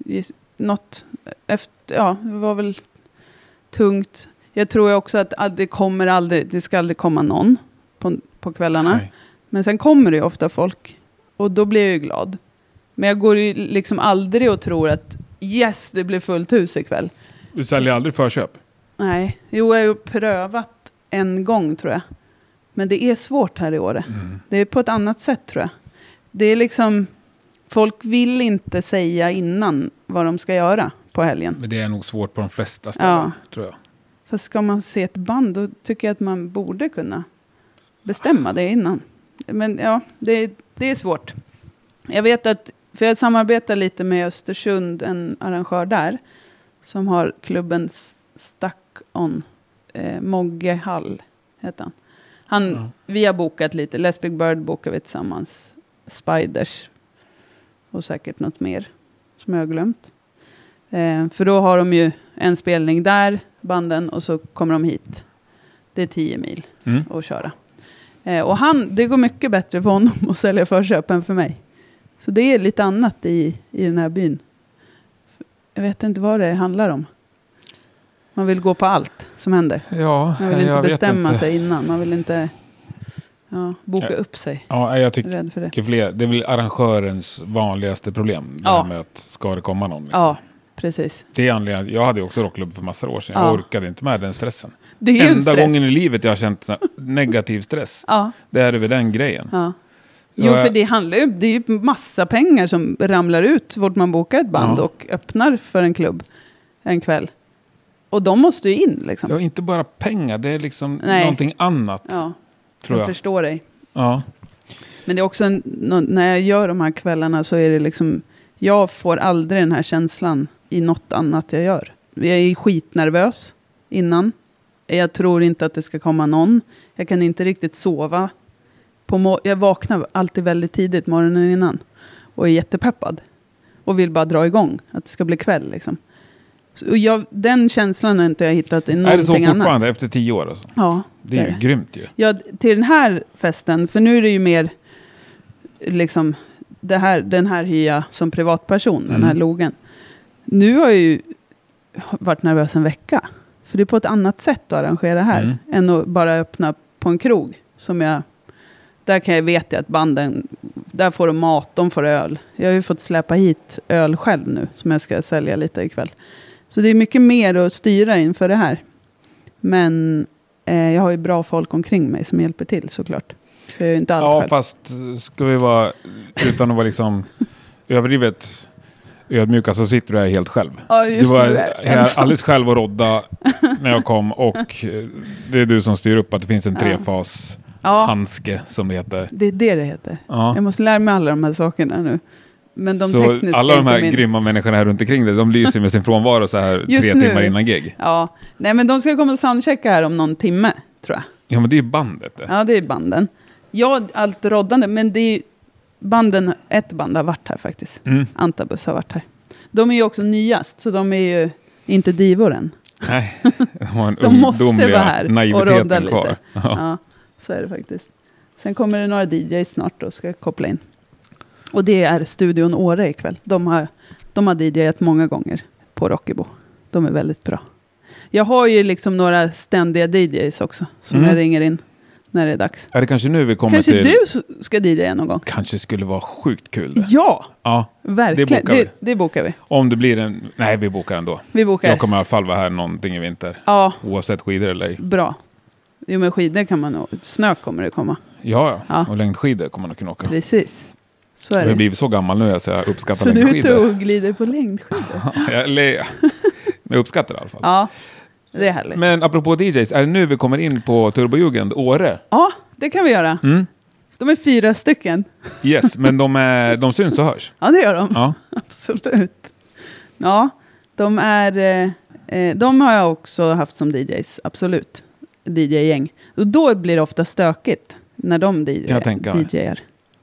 [SPEAKER 1] Det var väl tungt. Jag tror också att det ska aldrig komma någon på kvällarna. Nej. Men sen kommer det ju ofta folk. Och då blir jag ju glad. Men jag går ju liksom aldrig och tror att yes, det blir fullt hus ikväll.
[SPEAKER 2] Du säljer aldrig förköp?
[SPEAKER 1] Nej. Jo, jag har ju prövat en gång, tror jag. Men det är svårt här i Åre. Det är på ett annat sätt tror jag. Det är liksom, folk vill inte säga innan vad de ska göra på helgen.
[SPEAKER 2] Men det är nog svårt på de flesta ställen, tror jag.
[SPEAKER 1] Fast ska man se ett band, då tycker jag att man borde kunna bestämma det innan. Men ja, det är svårt. Jag vet att, för jag samarbetar lite med Östersund, en arrangör där, som har klubben Stuck On, Mogge Hall heter han. Vi har bokat lite, Les Big Bird bokar vi tillsammans, Spiders och säkert något mer som jag har glömt. För då har de ju en spelning där, banden, och så kommer de hit. Det är 10 mil att köra. Och det går mycket bättre för honom att sälja förköp än för mig. Så det är lite annat i den här byn. Jag vet inte vad det handlar om. Man vill gå på allt som händer.
[SPEAKER 2] Ja,
[SPEAKER 1] man vill inte bestämma sig innan. Man vill inte boka upp sig.
[SPEAKER 2] Ja, jag tycker
[SPEAKER 1] rädd för det.
[SPEAKER 2] Det är väl arrangörens vanligaste problem. Det här med att ska det komma någon. Liksom.
[SPEAKER 1] Ja, precis.
[SPEAKER 2] Det är anledningen. Jag hade också rockklubb för massor år sedan. Jag orkade inte med den stressen.
[SPEAKER 1] Det är
[SPEAKER 2] enda gången i livet jag har känt negativ stress. Det är över den grejen.
[SPEAKER 1] Ja. Jo, för det är ju massa pengar som ramlar ut vart man bokar ett band och öppnar för en klubb en kväll. Och de måste ju in liksom.
[SPEAKER 2] Ja, inte bara pengar. Det är liksom någonting annat.
[SPEAKER 1] Ja,
[SPEAKER 2] tror jag.
[SPEAKER 1] Förstår dig.
[SPEAKER 2] Ja.
[SPEAKER 1] Men det är också, när jag gör de här kvällarna så är det liksom, jag får aldrig den här känslan i något annat jag gör. Jag är skitnervös innan. Jag tror inte att det ska komma någon. Jag kan inte riktigt sova. Jag vaknar alltid väldigt tidigt morgonen innan. Och är jättepeppad. Och vill bara dra igång. Att det ska bli kväll liksom. Och den känslan har inte jag hittat i någonting annat.
[SPEAKER 2] Är det så fortfarande efter 10 år? Alltså?
[SPEAKER 1] Ja.
[SPEAKER 2] Det är ju grymt ju.
[SPEAKER 1] Ja, till den här festen. För nu är det ju mer liksom den här hya som privatperson. Den här logen. Nu har jag ju varit nervös en vecka. För det är på ett annat sätt att arrangera här. Än att bara öppna på en krog. Där kan jag veta att banden, där får de mat, de får öl. Jag har ju fått släppa hit öl själv nu. Som jag ska sälja lite ikväll. Så det är mycket mer att styra inför det här. Men jag har ju bra folk omkring mig som hjälper till såklart. För jag är inte allt själv.
[SPEAKER 2] Fast ska vi vara, utan att vara liksom överdrivet ödmjuka, så sitter du här helt själv.
[SPEAKER 1] Ja, just
[SPEAKER 2] du var
[SPEAKER 1] nu
[SPEAKER 2] alldeles själv och rodda när jag kom, och det är du som styr upp att det finns en 3-fas handske som det heter.
[SPEAKER 1] Det är det heter. Ja. Jag måste lära mig alla de här sakerna nu. Men de
[SPEAKER 2] så alla de här grymma människorna här runt omkring dig, de lyser med sin frånvaro så här 3 timmar innan gig.
[SPEAKER 1] Ja, nej men de ska komma och soundchecka här om någon timme, tror jag.
[SPEAKER 2] Ja, men det är bandet.
[SPEAKER 1] Ja, det är banden. Allt roddande, men det är banden, ett band har varit här faktiskt. Antabus har varit här. De är ju också nyast, så de är ju inte divor än.
[SPEAKER 2] Nej, de har en
[SPEAKER 1] de måste vara här och rodda
[SPEAKER 2] kvar.
[SPEAKER 1] Lite. Ja, så är det faktiskt. Sen kommer det några DJs snart och ska koppla in. Och det är Studion Åre ikväll. De har DJat många gånger på Rockebo. De är väldigt bra. Jag har ju liksom några ständiga DJs också som jag ringer in när det är dags.
[SPEAKER 2] Är det kanske nu vi kommer
[SPEAKER 1] kanske
[SPEAKER 2] till...
[SPEAKER 1] Kanske du ska DJa någon gång.
[SPEAKER 2] Kanske skulle vara sjukt kul. Det.
[SPEAKER 1] Ja, verkligen. Det bokar vi.
[SPEAKER 2] Om det blir en... Nej, vi bokar ändå.
[SPEAKER 1] Vi bokar.
[SPEAKER 2] Jag kommer i alla fall vara här någonting i vinter.
[SPEAKER 1] Ja.
[SPEAKER 2] Oavsett skidor eller ej.
[SPEAKER 1] Bra. Jo, men skidor kan man nog... Snö kommer det komma.
[SPEAKER 2] Ja. Och längdskidor kommer man kunna åka.
[SPEAKER 1] Precis. Så är det.
[SPEAKER 2] Jag har blivit så gammal nu så jag uppskattar
[SPEAKER 1] så
[SPEAKER 2] längdskidor.
[SPEAKER 1] Så du är ute och glider på längdskidor?
[SPEAKER 2] Jag uppskattar det alltså.
[SPEAKER 1] Ja, det är härligt.
[SPEAKER 2] Men apropå DJs, är det nu vi kommer in på Turbojugend Åre?
[SPEAKER 1] Ja, det kan vi göra. De är 4 stycken.
[SPEAKER 2] Yes, men de syns och hörs.
[SPEAKER 1] Ja, det gör de.
[SPEAKER 2] Ja.
[SPEAKER 1] Absolut. Ja, de har jag också haft som DJs. Absolut. DJ-gäng. Och då blir det ofta stökigt när de DJar.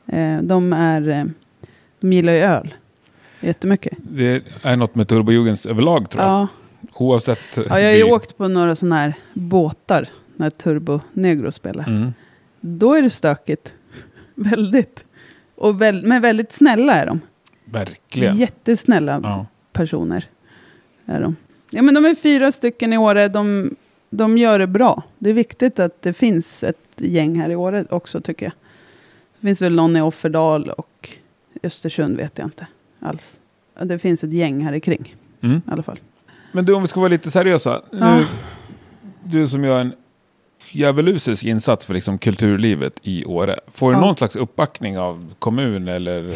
[SPEAKER 1] De gillar ju öl jättemycket.
[SPEAKER 2] Det är något med Turbojugens överlag, tror jag. Ja. Oavsett.
[SPEAKER 1] Ja, jag har ju åkt på några sådana här båtar när Turbo Negro spelar. Då är det stökigt. Väldigt. Men väldigt snälla är de.
[SPEAKER 2] Verkligen.
[SPEAKER 1] Jättesnälla personer är de. Ja, men de är 4 stycken i Åre. De gör det bra. Det är viktigt att det finns ett gäng här i Åre också, tycker jag. Det finns väl någon i Offerdal och Östersund, vet jag inte alls. Det finns ett gäng här i kring i alla fall.
[SPEAKER 2] Men du, om vi ska vara lite seriösa. Nu, du som gör en djävulusisk insats för liksom kulturlivet i Åre. Får du någon slags uppbackning av kommun eller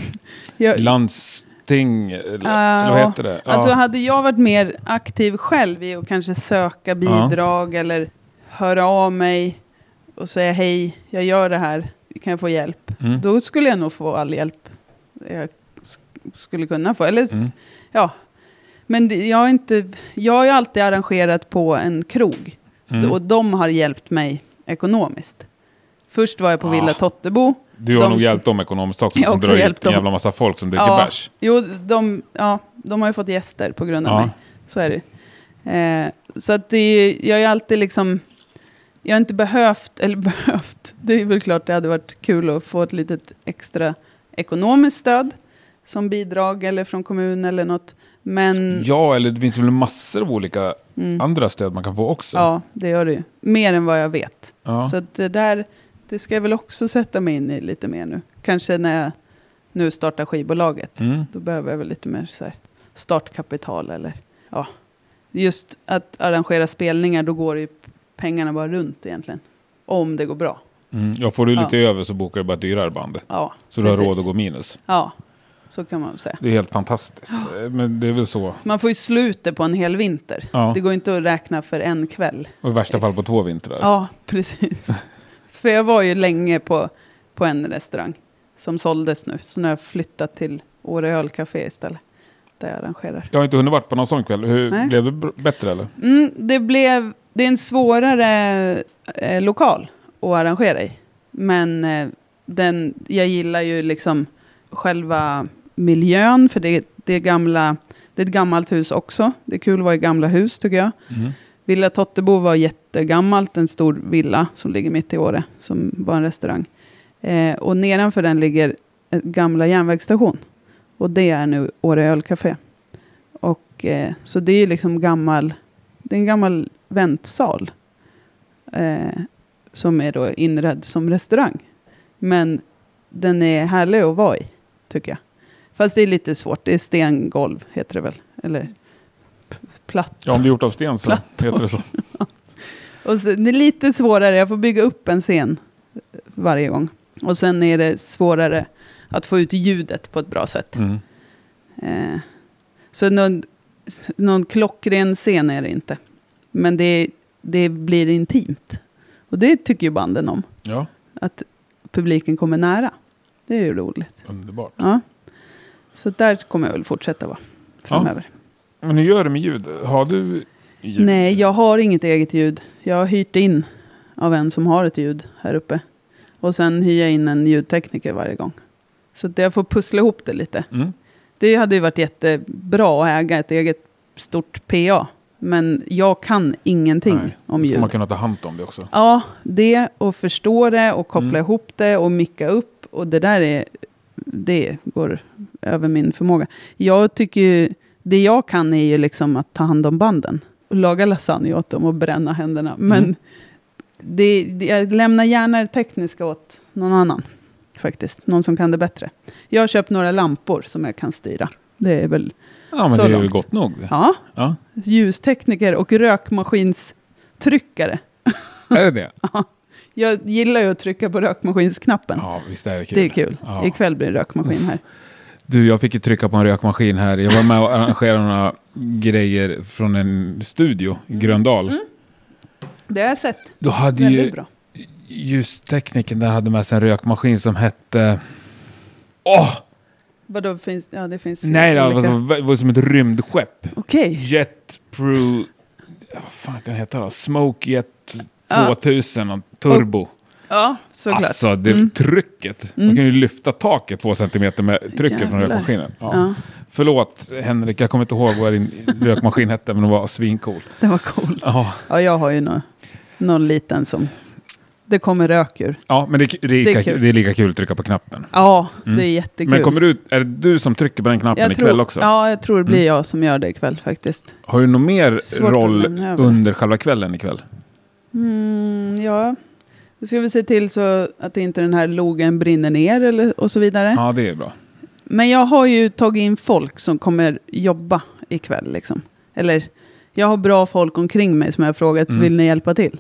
[SPEAKER 2] landsting? Eller vad heter det?
[SPEAKER 1] Alltså hade jag varit mer aktiv själv i att kanske söka bidrag eller höra av mig och säga hej, jag gör det här, kan jag få hjälp? Då skulle jag nog få all hjälp jag skulle kunna få. Eller, men jag har ju alltid arrangerat på en krog. Och de har hjälpt mig ekonomiskt. Först var jag på Villa Tottebo.
[SPEAKER 2] Du har nog hjälpt dem ekonomiskt också. Som drar ut en jävla massa folk som dricker bärs.
[SPEAKER 1] Jo, de har ju fått gäster på grund av mig. Så är det. Så att jag är alltid liksom... Jag har inte behövt. Det är väl klart det hade varit kul att få ett litet extra ekonomiskt stöd. Som bidrag eller från kommun eller något. Men... Ja,
[SPEAKER 2] eller det finns väl massor av olika andra stöd man kan få också.
[SPEAKER 1] Ja, det gör det ju. Mer än vad jag vet. Ja. Så att det ska jag väl också sätta mig in i lite mer nu. Kanske när jag nu startar skivbolaget. Då behöver jag väl lite mer så här startkapital eller just att arrangera spelningar, då går ju pengarna bara runt egentligen. Om det går bra.
[SPEAKER 2] Får du lite över så bokar du bara dyrare band.
[SPEAKER 1] Ja,
[SPEAKER 2] så du har råd att gå minus.
[SPEAKER 1] Ja, så kan man väl säga.
[SPEAKER 2] Det är helt fantastiskt. Men det är väl så. Man
[SPEAKER 1] får ju slutet på en hel vinter. Ja. Det går inte att räkna för en kväll.
[SPEAKER 2] Och i värsta fall på 2 vintrar.
[SPEAKER 1] Ja, precis. För jag var ju länge på en restaurang som såldes nu. Så nu har jag flyttat till Åre Ölcafé istället. Där jag arrangerar.
[SPEAKER 2] Jag har inte hunnit varit på någon sån kväll. Blev det bättre eller?
[SPEAKER 1] Det är en svårare lokal att arrangera i. Men jag gillar ju liksom själva miljön. För det är ett gammalt hus också. Det är kul att vara i gamla hus tycker jag. Villa Tottebo var jättegammalt. En stor villa som ligger mitt i Åre. Som var en restaurang. Och nedanför den ligger en gamla järnvägsstation. Och det är nu Åre Ölcafé. Och så det är liksom det är en gammal väntsal. Som är då inredd som restaurang. Men den är härlig att vara i, tycker jag. Fast det är lite svårt. Det är stengolv, heter det väl. Eller platt.
[SPEAKER 2] Ja, om det är gjort av sten så heter det så.
[SPEAKER 1] Och så, det är lite svårare. Jag får bygga upp en scen varje gång. Och sen är det svårare att få ut ljudet på ett bra sätt. Så någon klockren scen är det inte. Men det blir intimt. Och det tycker ju banden om.
[SPEAKER 2] Ja.
[SPEAKER 1] Att publiken kommer nära. Det är ju roligt.
[SPEAKER 2] Underbart.
[SPEAKER 1] Ja. Så där kommer jag väl fortsätta vara framöver.
[SPEAKER 2] Ja. Men hur gör du med ljud? Har du ljud?
[SPEAKER 1] Nej, jag har inget eget ljud. Jag har hyrt in av en som har ett ljud här uppe. Och sen hyr jag in en ljudtekniker varje gång. Så att jag får pussla ihop det lite. Det hade ju varit jättebra att äga ett eget stort PA. Men jag kan ingenting om ljud.
[SPEAKER 2] Ska man kunna ta hand om det också?
[SPEAKER 1] Ja, det och förstå det och koppla ihop det och micka upp. Och det går över min förmåga. Jag tycker ju, det jag kan är ju liksom att ta hand om banden. Och laga lasagne åt dem och bränna händerna. Men jag lämnar gärna det tekniska åt någon annan. Faktiskt. Någon som kan det bättre. Jag har köpt några lampor som jag kan styra. Det är väl
[SPEAKER 2] men
[SPEAKER 1] så
[SPEAKER 2] det är
[SPEAKER 1] långt.
[SPEAKER 2] ju gott nog.
[SPEAKER 1] Ja. Ljustekniker och rökmaskinstryckare.
[SPEAKER 2] Är det?
[SPEAKER 1] Ja. Jag gillar ju att trycka på rökmaskinsknappen.
[SPEAKER 2] Ja, visst är det kul.
[SPEAKER 1] Det är kul. Ja. Ikväll blir det rökmaskin här.
[SPEAKER 2] Du, jag fick ju trycka på en rökmaskin här. Jag var med och arrangerade några grejer från en studio i Gröndal.
[SPEAKER 1] Det har jag sett.
[SPEAKER 2] Då hade ju ljustekniken där hade med sig en rökmaskin som hette...
[SPEAKER 1] Vadå finns? Ja, det finns.
[SPEAKER 2] Nej, det var som ett rymdskepp.
[SPEAKER 1] Okej.
[SPEAKER 2] Jet Pro... Vad fan kan det heta då? Smoke Jet 2000 och turbo.
[SPEAKER 1] Ja, såklart.
[SPEAKER 2] Alltså, trycket. Man kan ju lyfta taket 2 centimeter med trycket från rökmaskinen. Ja. Förlåt, Henrik. Jag kommer inte ihåg vad din rökmaskin hette, men den var svincool.
[SPEAKER 1] Den var cool. Ja, jag har ju någon liten som... Det kommer rök ur.
[SPEAKER 2] Ja, men det är lika kul att trycka på knappen.
[SPEAKER 1] Ja, det är jättekul.
[SPEAKER 2] Men är det du som trycker på den knappen ikväll också?
[SPEAKER 1] Ja, jag tror det blir jag som gör det ikväll faktiskt.
[SPEAKER 2] Har du någon mer roll under själva kvällen ikväll?
[SPEAKER 1] Ja, då ska vi se till så att inte den här logen brinner ner och så vidare.
[SPEAKER 2] Ja, det är bra.
[SPEAKER 1] Men jag har ju tagit in folk som kommer jobba ikväll liksom. Eller jag har bra folk omkring mig som jag har frågat, vill ni hjälpa till?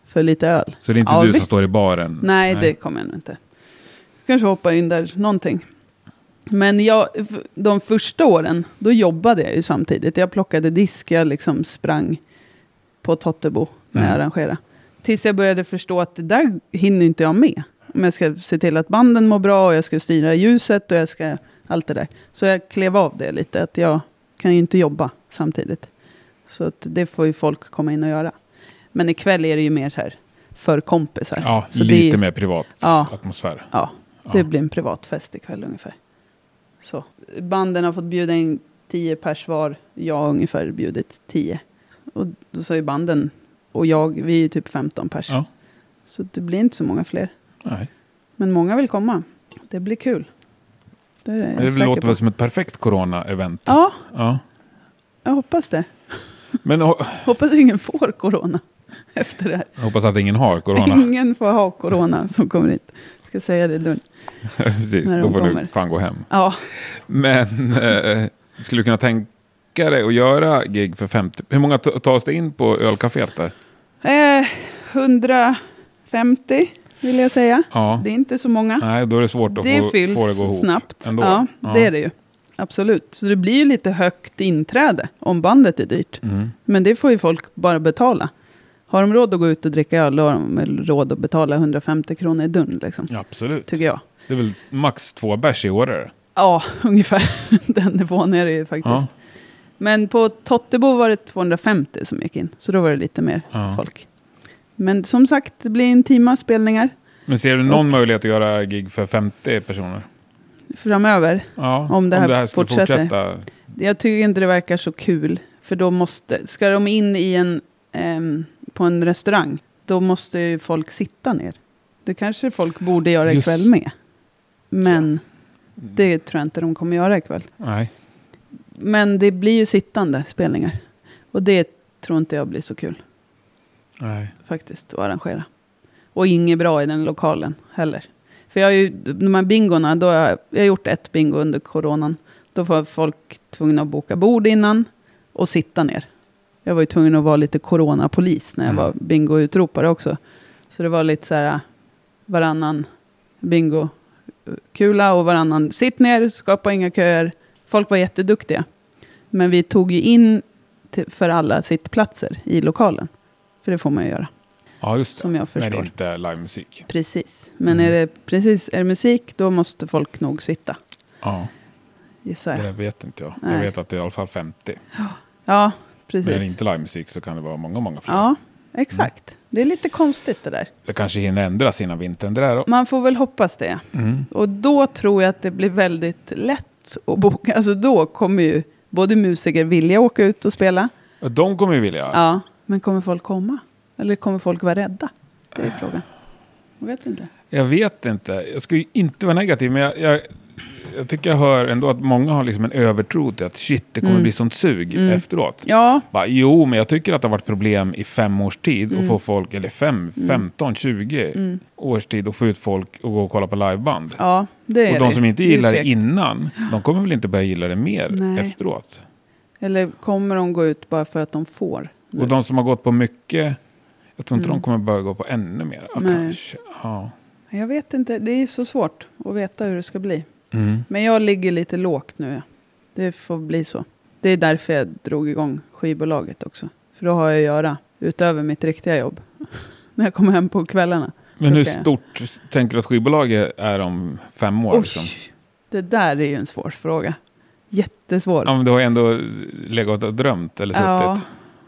[SPEAKER 1] för lite öl.
[SPEAKER 2] Så det är inte du som står i baren?
[SPEAKER 1] Nej, det kommer jag nog inte. Kanske hoppar in där någonting. Men de första åren, då jobbade jag ju samtidigt. Jag plockade disk, jag liksom sprang på Tottebo när jag arrangerade. Tills jag började förstå att det där hinner inte jag med. Om jag ska se till att banden mår bra och jag ska styra ljuset och jag ska allt det där. Så jag klev av det lite, att jag kan ju inte jobba samtidigt. Så att det får ju folk komma in och göra. Men ikväll är det ju mer så här för kompisar.
[SPEAKER 2] Ja,
[SPEAKER 1] så
[SPEAKER 2] lite mer privat atmosfär.
[SPEAKER 1] Ja, det blir en privat fest ikväll ungefär. Så. Banden har fått bjuda in 10 pers var. Jag har ungefär bjudit 10. Och då sa ju banden och vi är typ 15 pers.
[SPEAKER 2] Ja.
[SPEAKER 1] Så det blir inte så många fler.
[SPEAKER 2] Nej.
[SPEAKER 1] Men många vill komma. Det blir kul.
[SPEAKER 2] Det låter väl som ett perfekt corona-event.
[SPEAKER 1] Ja.
[SPEAKER 2] Ja.
[SPEAKER 1] Jag hoppas det.
[SPEAKER 2] Men
[SPEAKER 1] hoppas ingen får corona efter det här.
[SPEAKER 2] Jag hoppas att ingen har corona.
[SPEAKER 1] Ingen får ha corona som kommer hit. Ska säga det lugnt.
[SPEAKER 2] Precis, då får du fan gå hem.
[SPEAKER 1] Ja.
[SPEAKER 2] Men skulle du kunna tänka dig att göra gig för 50? Hur många tas det in på ölcaféet där?
[SPEAKER 1] 150 vill jag säga.
[SPEAKER 2] Ja.
[SPEAKER 1] Det är inte så många.
[SPEAKER 2] Nej, då är det svårt att få det gå ihop.
[SPEAKER 1] Snabbt.
[SPEAKER 2] Ändå.
[SPEAKER 1] Ja, det är det ju. Absolut. Så det blir ju lite högt inträde om bandet är dyrt. Men det får ju folk bara betala. Har de råd att gå ut och dricka öl, då har de råd att betala 150 kronor i dörren. Liksom.
[SPEAKER 2] Ja, absolut.
[SPEAKER 1] Tycker jag.
[SPEAKER 2] Det är väl max 2 bärs i år?
[SPEAKER 1] Ja, ungefär. Den nivån är det ju faktiskt. Ja. Men på Tottebo var det 250 som gick in. Så då var det lite mer folk. Men som sagt, det blir intima spelningar.
[SPEAKER 2] Men ser du någon möjlighet att göra gig för 50 personer?
[SPEAKER 1] Framöver?
[SPEAKER 2] Ja,
[SPEAKER 1] om det här fortsätter. Jag tycker inte det verkar så kul. För då ska de in i på en restaurang, då måste ju folk sitta ner. Det kanske folk borde göra ikväll med. Men det tror jag inte de kommer göra ikväll.
[SPEAKER 2] Nej.
[SPEAKER 1] Men det blir ju sittande spelningar. Och det tror inte jag blir så kul.
[SPEAKER 2] Nej.
[SPEAKER 1] Faktiskt, att arrangera. Och inget bra i den lokalen heller. För jag har ju, de här bingorna, då jag har gjort ett bingo under coronan. Då var folk tvungna att boka bord innan och sitta ner. Jag var ju tvungen att vara lite coronapolis när jag var bingo-utropare också. Så det var lite så här varannan bingo-kula och varannan sitt ner, skapa inga köer. Folk var jätteduktiga. Men vi tog ju in för alla sittplatser i lokalen. För det får man ju göra.
[SPEAKER 2] Ja, just det.
[SPEAKER 1] Som jag förstår.
[SPEAKER 2] Men inte livemusik.
[SPEAKER 1] Precis. Men är det musik, då måste folk nog sitta.
[SPEAKER 2] Ja.
[SPEAKER 1] Gissar.
[SPEAKER 2] Det vet inte jag. Nej. Jag vet att det är i alla fall 50.
[SPEAKER 1] Ja, precis.
[SPEAKER 2] Men är det inte livemusik så kan det vara många fler.
[SPEAKER 1] Ja, exakt. Det är lite konstigt det där.
[SPEAKER 2] Det kanske hinner ändras innan vintern. Det där.
[SPEAKER 1] Man får väl hoppas det. Och då tror jag att det blir väldigt lätt att boka. Alltså då kommer ju både musiker vilja åka ut och spela.
[SPEAKER 2] De kommer ju vilja.
[SPEAKER 1] Ja, men kommer folk komma? Eller kommer folk vara rädda? Det är frågan. Jag vet inte.
[SPEAKER 2] Jag vet inte. Jag ska ju inte vara negativ, men jag tycker jag hör ändå att många har liksom en övertro till att shit, det kommer bli sånt sug efteråt.
[SPEAKER 1] Ja.
[SPEAKER 2] Jo, men jag tycker att det har varit problem i 5 års tid att få folk, eller 15, 20 års tid att få ut folk och gå och kolla på liveband.
[SPEAKER 1] Ja, det är
[SPEAKER 2] och de som inte gillar det
[SPEAKER 1] säkert
[SPEAKER 2] innan, de kommer väl inte börja gilla det mer efteråt.
[SPEAKER 1] Eller kommer de gå ut bara för att de får?
[SPEAKER 2] Och de som har gått på mycket, jag tror inte de kommer börja gå på ännu mer. Ja, kanske. Ja.
[SPEAKER 1] Jag vet inte, det är så svårt att veta hur det ska bli. Men jag ligger lite lågt nu. Det får bli så. Det är därför jag drog igång skivbolaget också. För då har jag att göra utöver mitt riktiga jobb. När jag kommer hem på kvällarna.
[SPEAKER 2] Men hur stort tänker du att skivbolaget är om 5 år? Liksom?
[SPEAKER 1] Det där är ju en svår fråga. Jättesvår.
[SPEAKER 2] Ja, men du har ändå legat och drömt eller suttit.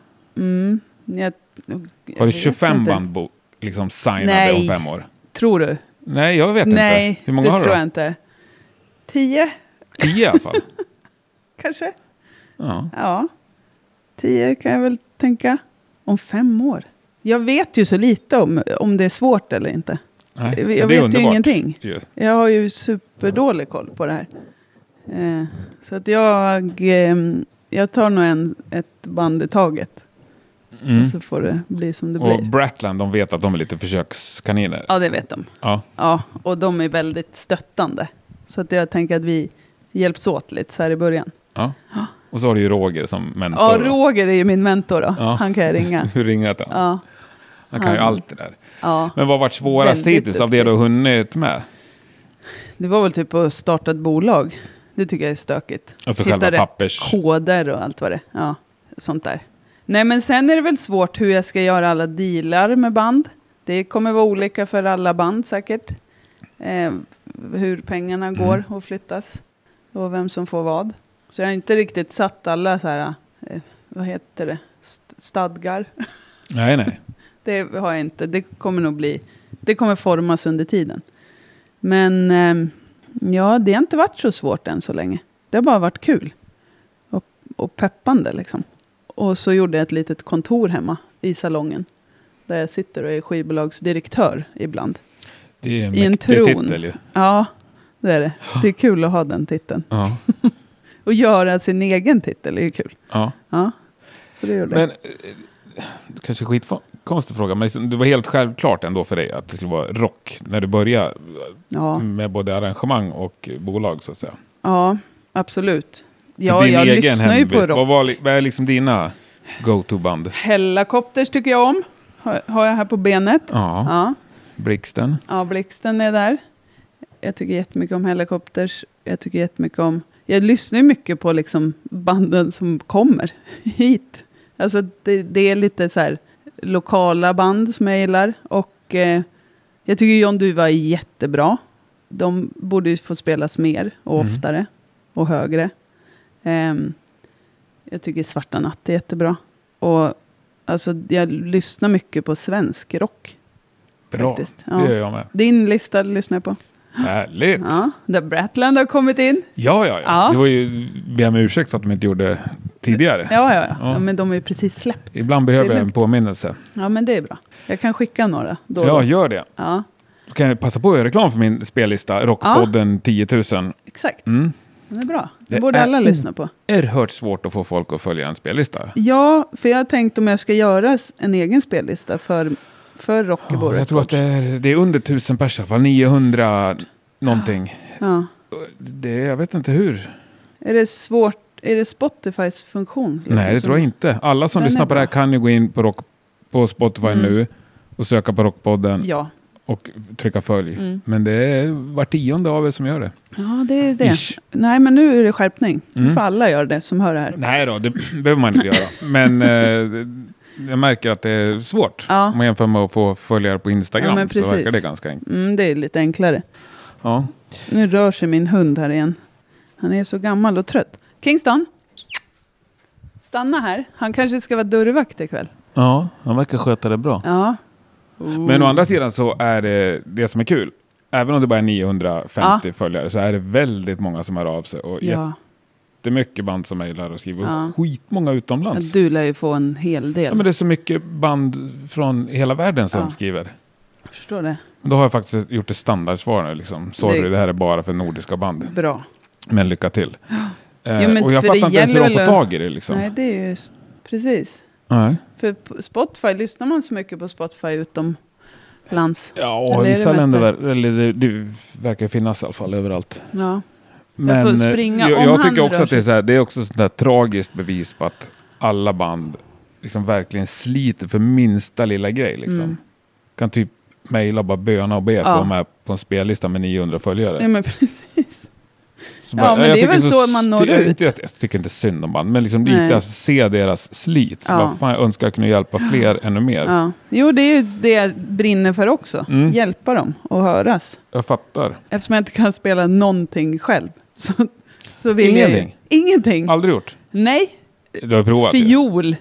[SPEAKER 2] Har du 25 band liksom signade om 5 år?
[SPEAKER 1] Tror du?
[SPEAKER 2] Nej, jag vet inte. Hur många har du?
[SPEAKER 1] Nej, det tror jag inte. 10?
[SPEAKER 2] 10 i alla fall.
[SPEAKER 1] Kanske.
[SPEAKER 2] Ja.
[SPEAKER 1] 10 kan jag väl tänka. Om 5 år. Jag vet ju så lite om det är svårt eller inte.
[SPEAKER 2] Nej,
[SPEAKER 1] jag vet ju ingenting.
[SPEAKER 2] Yeah.
[SPEAKER 1] Jag har ju superdålig koll på det här. Så att jag tar nog ett band i taget. Och så får det bli som det blir.
[SPEAKER 2] Och Bratland, de vet att de är lite försökskaniner.
[SPEAKER 1] Ja, det vet de. Ja, och de är väldigt stöttande. Så att jag tänker att vi hjälps åt lite så här i början.
[SPEAKER 2] Ja. Och så har du ju Roger som mentor.
[SPEAKER 1] Ja, Roger är ju min mentor då. Ja. Han kan jag ringa.
[SPEAKER 2] Ringa till.
[SPEAKER 1] Ja.
[SPEAKER 2] Han kan ju allt det där.
[SPEAKER 1] Ja.
[SPEAKER 2] Men vad var svårast hittills av det du har hunnit med?
[SPEAKER 1] Det var väl typ att starta ett bolag. Det tycker jag är stökigt.
[SPEAKER 2] Alltså
[SPEAKER 1] hitta
[SPEAKER 2] själva
[SPEAKER 1] rätt
[SPEAKER 2] pappers...
[SPEAKER 1] koder och allt vad det. Ja, sånt där. Nej, men sen är det väl svårt hur jag ska göra alla dealar med band. Det kommer vara olika för alla band säkert. Hur pengarna går och flyttas. Och vem som får vad. Så jag har inte riktigt satt alla så här, vad heter det? Stadgar.
[SPEAKER 2] Nej.
[SPEAKER 1] Det har jag inte. Det kommer nog bli, det kommer formas under tiden. Men ja, det har inte varit så svårt än så länge. Det har bara varit kul. Och peppande liksom. Och så gjorde jag ett litet kontor hemma i salongen. Där jag sitter och är skivbolagsdirektör ibland.
[SPEAKER 2] Det är en
[SPEAKER 1] i en
[SPEAKER 2] mäktig
[SPEAKER 1] tron.
[SPEAKER 2] titel ju.
[SPEAKER 1] Ja, det är det. Det är kul att ha den titeln.
[SPEAKER 2] Ja.
[SPEAKER 1] Och göra sin egen titel är ju kul.
[SPEAKER 2] Ja.
[SPEAKER 1] Ja, så det gjorde
[SPEAKER 2] Men kanske skitkonstig fråga, men liksom, det var helt självklart ändå för dig att det skulle vara rock när du började med både arrangemang och bolag så att säga.
[SPEAKER 1] Ja, absolut. Ja,
[SPEAKER 2] din
[SPEAKER 1] jag
[SPEAKER 2] egen
[SPEAKER 1] lyssnar ju på
[SPEAKER 2] hemvist.
[SPEAKER 1] rock.
[SPEAKER 2] Vad är liksom dina go-to-band?
[SPEAKER 1] Hellacopters tycker jag om. Har jag här på benet.
[SPEAKER 2] Ja. Blixten.
[SPEAKER 1] Ja, Blixten är där. Jag tycker jättemycket om Hellacopters. Jag tycker jättemycket om... Jag lyssnar ju mycket på liksom banden som kommer hit. Alltså det är lite så här lokala band som jag gillar. Och jag tycker John Duva är jättebra. De borde ju få spelas mer och oftare. Och högre. Jag tycker Svarta Natt är jättebra. Och alltså jag lyssnar mycket på svensk rock.
[SPEAKER 2] Bra,
[SPEAKER 1] faktiskt. Ja.
[SPEAKER 2] Det gör jag med.
[SPEAKER 1] Din lista lyssnar jag på.
[SPEAKER 2] Härligt.
[SPEAKER 1] Ja, där Bratland har kommit in.
[SPEAKER 2] Ja. Det var ju, be om ursäkt för att de inte gjorde tidigare.
[SPEAKER 1] Ja, men de är ju precis släppt.
[SPEAKER 2] Ibland behöver jag en påminnelse.
[SPEAKER 1] Ja, men det är bra. Jag kan skicka några då.
[SPEAKER 2] Ja, gör det.
[SPEAKER 1] Ja.
[SPEAKER 2] Då kan jag passa på att göra reklam för min spellista, Rockpodden 10 000.
[SPEAKER 1] Exakt. Det är bra. Det borde alla lyssna på.
[SPEAKER 2] Det är hört svårt att få folk att följa en spellista.
[SPEAKER 1] Ja, för jag har tänkt om jag ska göra en egen spellista för Rockebo.
[SPEAKER 2] Jag tror att det är under 1000 pers i alla fall. 900 någonting.
[SPEAKER 1] Ja.
[SPEAKER 2] Jag vet inte hur.
[SPEAKER 1] Är det svårt? Är det Spotifys funktion? Liksom,
[SPEAKER 2] Nej, det tror jag inte. Alla som lyssnar på det här kan ju gå in på Spotify nu och söka på Rockpodden. Ja. Och trycka följ. Men det är var 10:e av er som gör det.
[SPEAKER 1] Ja, det är det. Nej, men nu är det skärpning. Nu får alla göra det som hör det här.
[SPEAKER 2] Nej då, det behöver man inte göra. Men jag märker att det är svårt. Om man jämför med att få följare på Instagram så verkar det ganska enkelt.
[SPEAKER 1] Det är lite enklare.
[SPEAKER 2] Ja.
[SPEAKER 1] Nu rör sig min hund här igen. Han är så gammal och trött. Kingston, stanna här. Han kanske ska vara dörrvakt ikväll.
[SPEAKER 2] Ja, han verkar sköta det bra.
[SPEAKER 1] Ja.
[SPEAKER 2] Men å andra sidan så är det som är kul. Även om det bara är 950 följare så är det väldigt många som hör av sig. Och jättemycket band som mejlar och skriver. Och skitmånga utomlands.
[SPEAKER 1] Du lär ju få en hel del.
[SPEAKER 2] Ja, men det är så mycket band från hela världen som skriver.
[SPEAKER 1] Jag förstår det.
[SPEAKER 2] Då har jag faktiskt gjort ett standardsvar nu. Liksom. Sorry, det här är bara för nordiska band.
[SPEAKER 1] Bra.
[SPEAKER 2] Men lycka till.
[SPEAKER 1] Men
[SPEAKER 2] och jag fattar inte ens hur de får tag i det. Liksom.
[SPEAKER 1] Nej, det är ju precis.
[SPEAKER 2] Nej.
[SPEAKER 1] För Spotify, lyssnar man så mycket på Spotify utomlands?
[SPEAKER 2] Ja, och vissa länder, det verkar finnas i alla fall överallt.
[SPEAKER 1] Ja.
[SPEAKER 2] Men jag, jag tycker också att det är också sånt där tragiskt bevis på att alla band liksom verkligen sliter för minsta lilla grej. Liksom. Kan typ mejla bara böna och be för att vara med på en spellista med 900 följare.
[SPEAKER 1] Ja, men precis.
[SPEAKER 2] Bara,
[SPEAKER 1] men det är väl så man når ut.
[SPEAKER 2] Jag tycker inte synd om band, men liksom lite att se deras slit. Så bara, fan, jag önskar jag kunde hjälpa fler ännu mer. Ja.
[SPEAKER 1] Jo, det är ju det jag brinner för också. Hjälpa dem och höras.
[SPEAKER 2] Jag fattar.
[SPEAKER 1] Eftersom jag inte kan spela någonting själv. Så vill jag ingenting.
[SPEAKER 2] Aldrig gjort?
[SPEAKER 1] Nej.
[SPEAKER 2] Du har provat
[SPEAKER 1] fiol.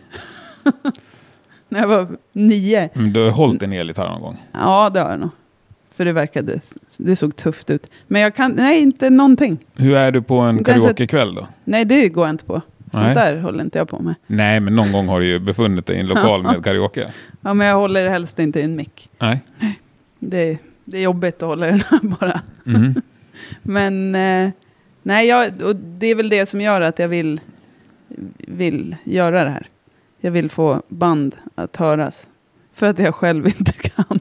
[SPEAKER 1] När jag var 9.
[SPEAKER 2] Men du har hållit en elgitarr någon gång?
[SPEAKER 1] Ja, det har jag nog. För det såg tufft ut. Men jag kan, inte någonting.
[SPEAKER 2] Hur är du på en karaokekväll då?
[SPEAKER 1] Nej, det går jag inte på. Sånt där håller inte jag på med.
[SPEAKER 2] Nej, men någon gång har du ju befunnit dig i en lokal med karaoke. Ja,
[SPEAKER 1] men jag håller helst inte i en mick.
[SPEAKER 2] Nej.
[SPEAKER 1] Det är jobbigt att hålla den här bara. Men och det är väl det som gör att jag vill göra det här. Jag vill få band att höras. För att jag själv inte kan.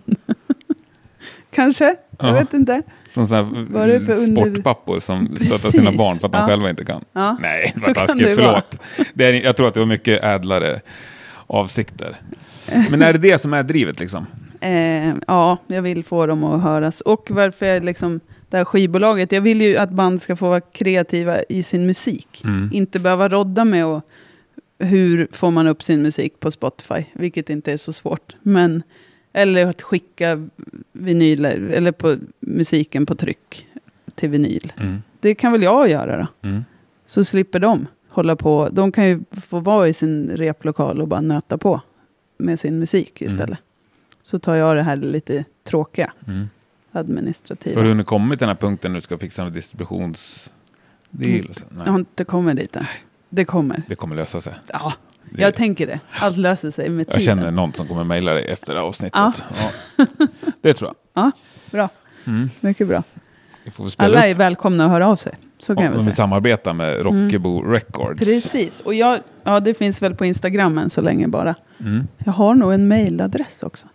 [SPEAKER 1] Kanske, jag vet inte.
[SPEAKER 2] Som sådana sportpappor som stöttar sina barn för att de själva inte kan. Ja. Nej, vad taskigt, förlåt. Jag tror att det var mycket ädlare avsikter. Men är det som är drivet liksom?
[SPEAKER 1] Ja, jag vill få dem att höras. Och varför jag liksom, det här skivbolaget, jag vill ju att band ska få vara kreativa i sin musik. Inte behöva rodda med och hur får man upp sin musik på Spotify, vilket inte är så svårt. Men, eller att skicka vinyler, eller på musiken på tryck till vinyl. Det kan väl jag göra då. Så slipper de hålla på. De kan ju få vara i sin replokal och bara nöta på med sin musik istället. Så tar jag det här lite tråkiga administrativa.
[SPEAKER 2] Har du nu kommit till den här punkten när du ska fixa en distributionsdel?
[SPEAKER 1] Jag har inte kommit dit än. Det kommer.
[SPEAKER 2] Det kommer lösa sig.
[SPEAKER 1] Ja, jag tänker det. Allt löser sig med tiden.
[SPEAKER 2] Jag känner någon som kommer mejla dig efter det här avsnittet. Ja. Det tror jag.
[SPEAKER 1] Ja, bra. Mycket bra.
[SPEAKER 2] Vi får spela
[SPEAKER 1] alla
[SPEAKER 2] upp.
[SPEAKER 1] är välkomna att höra av sig. Så kan jag väl
[SPEAKER 2] vi
[SPEAKER 1] säga.
[SPEAKER 2] samarbetar med Rockebo Records.
[SPEAKER 1] Precis. Och det finns väl på Instagram än så länge bara. Jag har nog en mejladress också.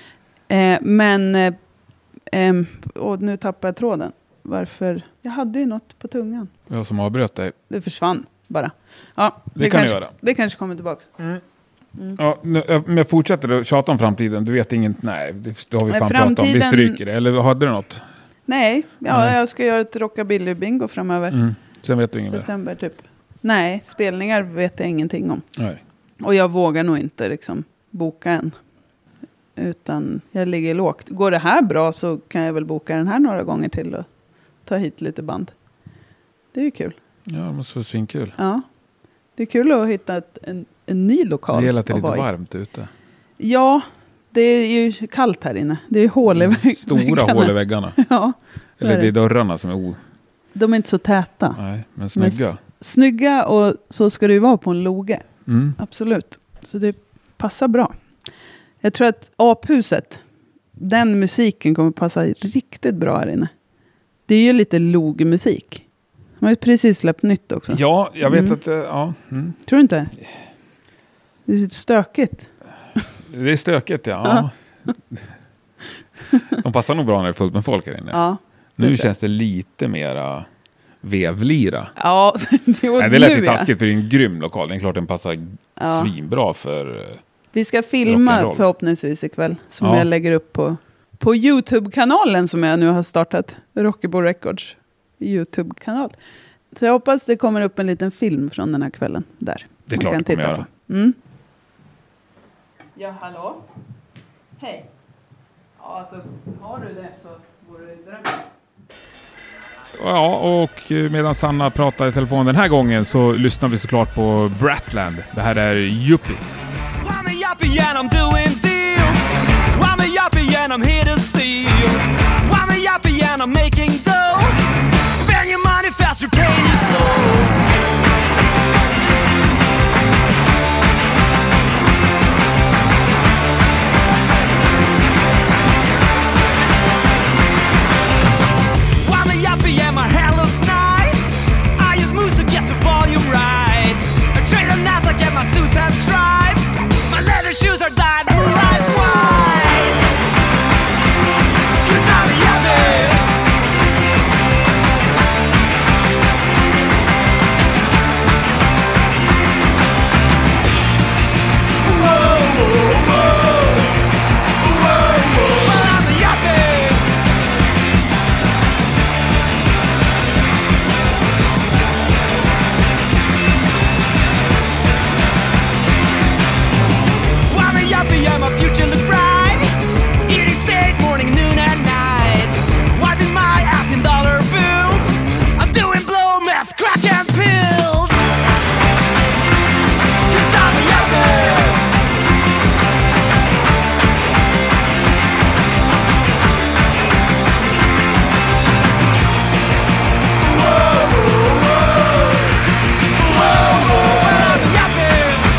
[SPEAKER 1] Och nu tappar jag tråden. Varför? Jag hade ju något på tungan.
[SPEAKER 2] Jag som avbröt dig.
[SPEAKER 1] Det försvann bara. Ja,
[SPEAKER 2] det kan kanske, göra.
[SPEAKER 1] Det kanske kommer tillbaka.
[SPEAKER 2] Ja, men jag fortsätter att tjata om framtiden. Du vet inget. Nej, det har vi fan pratat om. Vi stryker det. Eller hade du något?
[SPEAKER 1] Nej, jag ska göra ett rockabilly-bingo framöver.
[SPEAKER 2] Sen vet du inget
[SPEAKER 1] September mer. Typ. Nej, spelningar vet jag ingenting om.
[SPEAKER 2] Nej.
[SPEAKER 1] Och jag vågar nog inte liksom boka en. Utan jag ligger lågt. Går det här bra så kan jag väl boka den här några gånger till och ta hit lite band. Det är ju kul.
[SPEAKER 2] Ja, det måste vara svinkul.
[SPEAKER 1] Ja. Det är kul att hitta en ny lokal.
[SPEAKER 2] Det gäller att det är lite varmt ute.
[SPEAKER 1] Ja, det är ju kallt här inne. Det är hål i väggarna.
[SPEAKER 2] Stora hål i väggarna.
[SPEAKER 1] Ja.
[SPEAKER 2] Eller det är dörrarna som är
[SPEAKER 1] De är inte så täta.
[SPEAKER 2] Nej, men snygga.
[SPEAKER 1] Snygga, och så ska det ju vara på en loge. Absolut. Så det passar bra. Jag tror att aphuset, den musiken kommer passa riktigt bra här inne. Det är ju lite logmusik. De har ju precis släppt nytt också.
[SPEAKER 2] Ja, jag vet att...
[SPEAKER 1] Tror du inte? Det är lite stökigt.
[SPEAKER 2] Det är stökigt, ja. De passar nog bra när det är fullt med folk här inne.
[SPEAKER 1] Ja,
[SPEAKER 2] nu känns det lite mera vevlira.
[SPEAKER 1] Ja,
[SPEAKER 2] nej, det lät ju taskigt för det är en grym lokal. Det är klart den passar svinbra för...
[SPEAKER 1] Vi ska filma förhoppningsvis ikväll. Som jag lägger upp på YouTube-kanalen som jag nu har startat. Rockebo Records YouTube-kanal. Så jag hoppas det kommer upp en liten film från den här kvällen. Där.
[SPEAKER 2] Det är klart det kommer göra.
[SPEAKER 1] Ja, hallå? Hej. Ja, alltså, har du det så vore det drömmen.
[SPEAKER 2] Ja, och medan Sanna pratar i telefon den här gången så lyssnar vi såklart på Bratland. Det här är Yuppie.
[SPEAKER 3] I'm a yuppie and I'm doing deals. I'm a yuppie and I'm here to steal. I'm a yuppie and I'm making dough. Spend your money fast, you're paying it slow. Yeah, my hair looks nice. I use moves to get the volume right. I trade them nice, I get my suits and stripes. My leather shoes are dyed bright white. 'Cause I'm a yuppie. Whoa, whoa, whoa. Whoa, whoa. Well, I'm a yuppie. Yeah, my future looks bright. Eating steak morning, noon and night. Wiping my ass in dollar bills. I'm doing blow, meth, crack and pills. 'Cause I'm a yuppie. Whoa, whoa, whoa. Whoa, whoa, I'm a yuppie.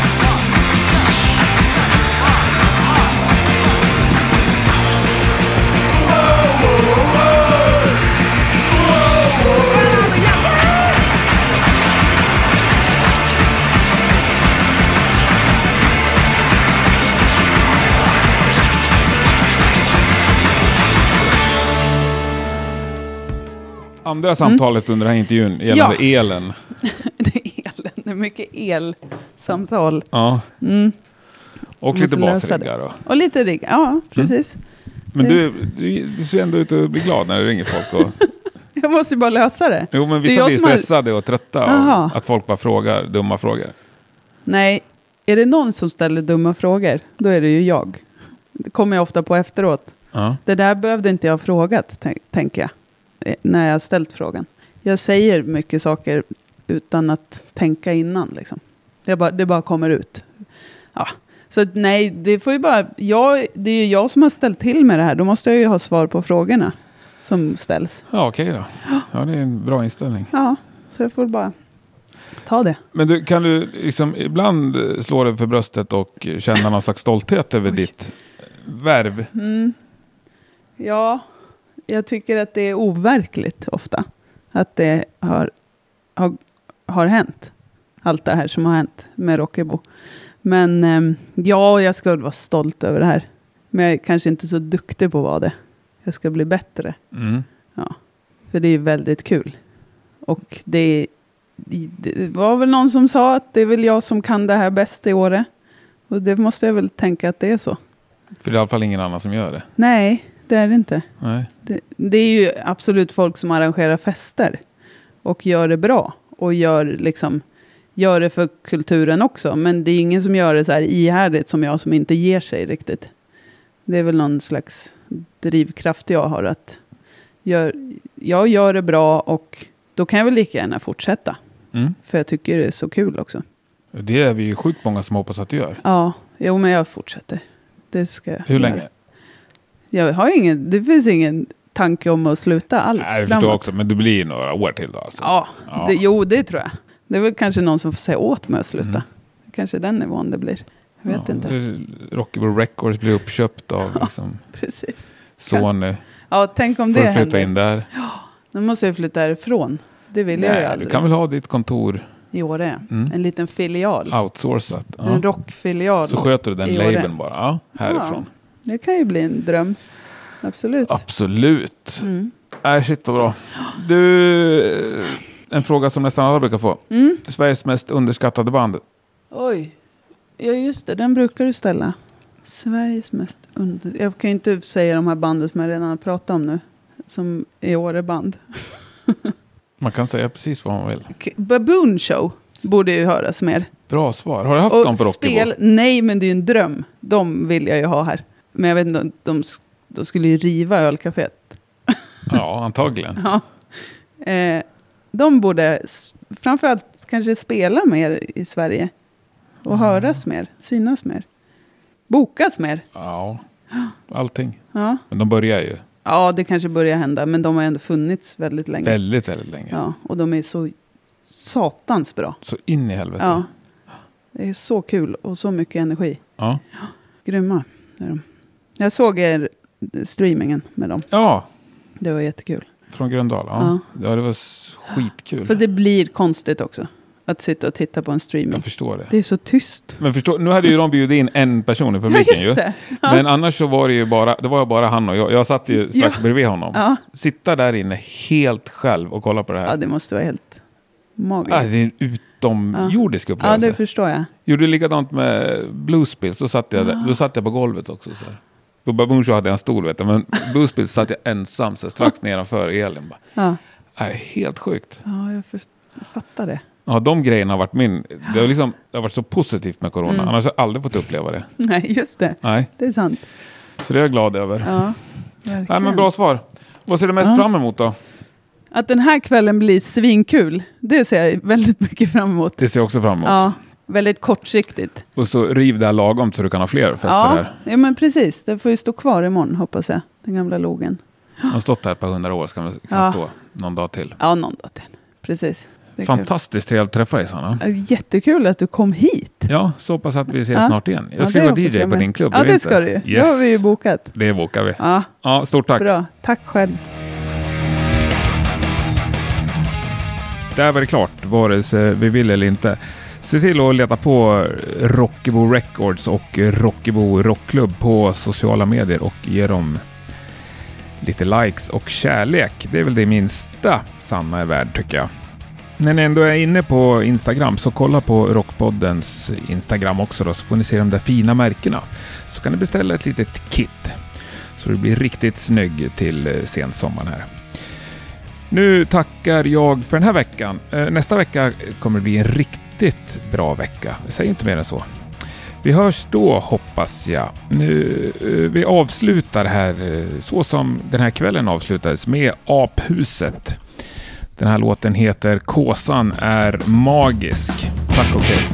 [SPEAKER 2] Andra samtalet under den här intervjun gällande elen.
[SPEAKER 1] Det är elen. Det är mycket elsamtal.
[SPEAKER 2] Ja. Och lite basriggar då.
[SPEAKER 1] Och lite rigg, ja precis.
[SPEAKER 2] Men du ser ändå ut att bli glad när det ringer folk. Och...
[SPEAKER 1] Jag måste ju bara lösa det.
[SPEAKER 2] Jo, men vissa blir stressade och trötta av att folk bara frågar dumma frågor. Nej,
[SPEAKER 1] är det någon som ställer dumma frågor, då är det ju jag. Det kommer jag ofta på efteråt. Det där behövde inte jag ha frågat, tänker jag. När jag har ställt frågan. Jag säger mycket saker utan att tänka innan. Liksom. Det bara kommer ut. Ja. Så nej, det får ju bara... det är ju jag som har ställt till med det här. Då måste jag ju ha svar på frågorna som ställs.
[SPEAKER 2] Ja, okej då. Ja, det är en bra inställning.
[SPEAKER 1] Ja, så jag får bara ta det.
[SPEAKER 2] Men kan du liksom ibland slå dig för bröstet och känna någon slags stolthet över ditt värv?
[SPEAKER 1] Ja, jag tycker att det är overkligt ofta. Att det har hänt. Allt det här som har hänt med Rockebo. Men jag ska vara stolt över det här. Men jag är kanske inte så duktig på vad det. Jag ska bli bättre. Ja, för det är väldigt kul. Och det var väl någon som sa att det är väl jag som kan det här bäst i Åre. Och det måste jag väl tänka att det är så.
[SPEAKER 2] För det är i alla fall ingen annan som gör det.
[SPEAKER 1] Nej, det är det inte.
[SPEAKER 2] Nej.
[SPEAKER 1] Det är ju absolut folk som arrangerar fester. Och gör det bra. Och gör det för kulturen också. Men det är ingen som gör det så här ihärdigt som jag, som inte ger sig riktigt. Det är väl någon slags drivkraft jag har, att jag gör det bra, och då kan jag väl lika gärna fortsätta. För jag tycker det är så kul också.
[SPEAKER 2] Det är vi ju sjukt många som hoppas att du gör.
[SPEAKER 1] Ja, men jag fortsätter. Det ska jag
[SPEAKER 2] Hur länge?
[SPEAKER 1] Jag har det finns ingen tanke om att sluta alls.
[SPEAKER 2] Nej, jag förstår också, men det blir några år till då alltså.
[SPEAKER 1] Ja. Det tror jag. Det är väl kanske någon som får säga åt mig att sluta. Kanske den nivån det blir. Jag vet inte.
[SPEAKER 2] Rockebo Records blir uppköpt av
[SPEAKER 1] precis.
[SPEAKER 2] Sony.
[SPEAKER 1] Ja, tänk om det händer.
[SPEAKER 2] Får flytta in där.
[SPEAKER 1] Ja, nu måste jag flytta därifrån. Det vill jag ju aldrig.
[SPEAKER 2] Du kan väl ha ditt kontor
[SPEAKER 1] i Åre. En liten filial.
[SPEAKER 2] Outsourcat. Ja.
[SPEAKER 1] En rockfilial.
[SPEAKER 2] Så sköter du den labeln bara. Ja, härifrån.
[SPEAKER 1] Ja, det kan ju bli en dröm. Absolut.
[SPEAKER 2] Absolut. Shit vad bra. Du, en fråga som nästan alla brukar få. Sveriges mest underskattade band.
[SPEAKER 1] Oj. Ja, just det. Den brukar du ställa. Sveriges mest Jag kan ju inte säga de här banden som jag redan har pratat om nu. Som är Åreband.
[SPEAKER 2] Man kan säga precis vad man vill.
[SPEAKER 1] Baboon Show borde ju höras mer.
[SPEAKER 2] Bra svar. Har du haft dem på Rockebo?
[SPEAKER 1] Nej, men det är ju en dröm. De vill jag ju ha här. Men jag vet inte, de skulle ju riva ölcaféet.
[SPEAKER 2] Ja, antagligen.
[SPEAKER 1] Ja. De borde framförallt kanske spela mer i Sverige. Och höras mer, synas mer. Bokas mer.
[SPEAKER 2] Ja, allting.
[SPEAKER 1] Ja.
[SPEAKER 2] Men de börjar ju.
[SPEAKER 1] Ja, det kanske börjar hända. Men de har ändå funnits väldigt länge.
[SPEAKER 2] Väldigt, väldigt länge.
[SPEAKER 1] Ja, och de är så satans bra.
[SPEAKER 2] Så in i helvete.
[SPEAKER 1] Ja, det är så kul och så mycket energi.
[SPEAKER 2] Ja.
[SPEAKER 1] Grymma är de. Jag såg streamingen med dem.
[SPEAKER 2] Ja.
[SPEAKER 1] Det var jättekul.
[SPEAKER 2] Från Gröndal, ja. Det var skitkul.
[SPEAKER 1] Fast det blir konstigt också. Att sitta och titta på en streaming.
[SPEAKER 2] Jag förstår det.
[SPEAKER 1] Det är så tyst.
[SPEAKER 2] Men nu hade ju de bjudit in en person i publiken ju. Ja. Men annars så var det ju bara han och jag. Jag satt ju strax bredvid honom. Ja. Sitta där inne helt själv och kolla på det här.
[SPEAKER 1] Ja, det måste vara helt magiskt.
[SPEAKER 2] Det är en utomjordisk upplevelse.
[SPEAKER 1] Ja, det förstår jag.
[SPEAKER 2] Gjorde likadant med Bluespills. Då satt jag på golvet också så här. På Baboon Show hade jag en stol, vet du. Men Bluespills satt jag ensam så strax nedanför Elin. Ja. Det är helt sjukt.
[SPEAKER 1] Ja, jag fattar det.
[SPEAKER 2] Ja, de grejerna har varit det har varit så positivt med corona. Annars har jag aldrig fått uppleva det.
[SPEAKER 1] Nej, just det.
[SPEAKER 2] Nej.
[SPEAKER 1] Det är sant.
[SPEAKER 2] Så det är jag glad över.
[SPEAKER 1] Ja, verkligen.
[SPEAKER 2] Nej, men bra svar. Vad ser du mest fram emot då?
[SPEAKER 1] Att den här kvällen blir svinkul. Det ser jag väldigt mycket fram emot.
[SPEAKER 2] Det ser jag också fram emot.
[SPEAKER 1] Ja, väldigt kortsiktigt.
[SPEAKER 2] Och så riv det här lagom så du kan ha fler fester här.
[SPEAKER 1] Ja, men precis. Det får ju stå kvar imorgon, hoppas jag. Den gamla logen.
[SPEAKER 2] De har stått här ett par 100 år. Kan stå någon dag till.
[SPEAKER 1] Ja, någon dag till. Precis.
[SPEAKER 2] Fantastiskt trevligt att träffa dig, Sanna.
[SPEAKER 1] Jättekul att du kom hit.
[SPEAKER 2] Ja, så hoppas att vi ses snart igen. Jag ska vara DJ på din klubb.
[SPEAKER 1] Ja, det ska du. Yes. Det har vi ju bokat.
[SPEAKER 2] Det bokar vi.
[SPEAKER 1] Ja,
[SPEAKER 2] stort tack.
[SPEAKER 1] Bra. Tack själv.
[SPEAKER 2] Där var det klart, vare sig vi vill eller inte. Se till att leta på Rockebo Records och Rockebo Rockklubb på sociala medier och ge dem lite likes och kärlek. Det är väl det minsta Sanna är värd, tycker jag. När ni ändå är inne på Instagram så kolla på Rockpoddens Instagram också då, så får ni se de där fina märkena. Så kan ni beställa ett litet kit så det blir riktigt snygg till sensommaren här. Nu tackar jag för den här veckan. Nästa vecka kommer det bli en riktigt bra vecka. Jag säger inte mer än så. Vi hörs då, hoppas jag. Vi avslutar här så som den här kvällen avslutades med Aphuset. Den här låten heter Kåsan är magisk. Tack och hej.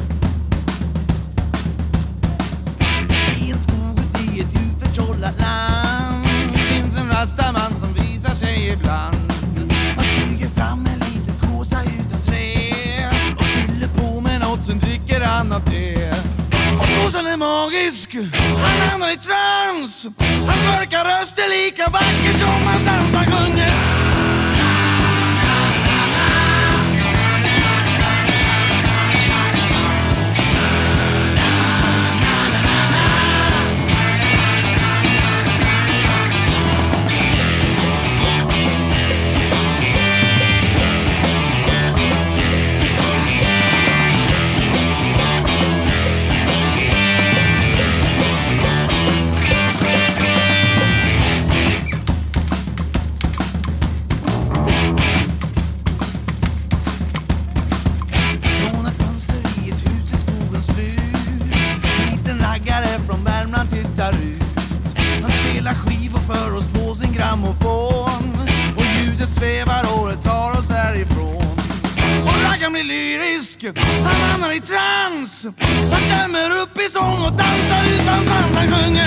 [SPEAKER 4] I en skog i ett djupt förtrollat land finns en rastaman som visar sig ibland. Han stiger fram en liten kåsa utan trä och fyller på med något, sen dricker han av det. Och kåsan är magisk, han hamnar i trans. Hans mörka röst är lika vacker som hans dans, han sjunger. Och ljudet svävar och det tar oss härifrån. Och raggan blir lyrisk, han hamnar i trans. Han stämmer upp i sång och dansar utan sans. Han sjunger.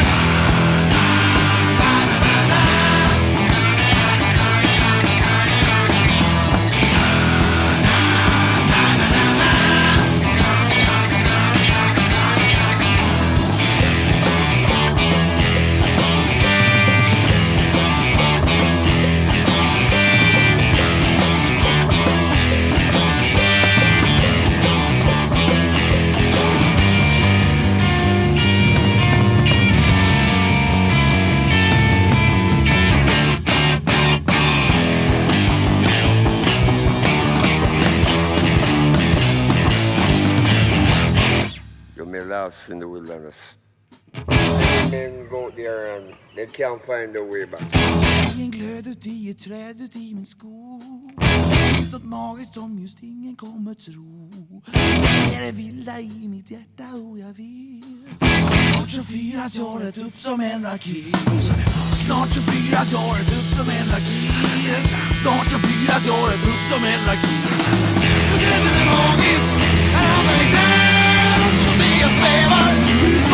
[SPEAKER 5] Lost in the wilderness. Men go there and they can't find their way back.
[SPEAKER 4] I en glöd ut i ett träd ut i min skog finns något magiskt som just ingen kommer tro. Det är det vilda i mitt hjärta och jag vet snart så fyras jag rätt upp som en raket. Snart så fyras jag rätt upp som en raket. Snart så fyras jag rätt upp som en raket. Så glöden är magisk, här har vi jag svävar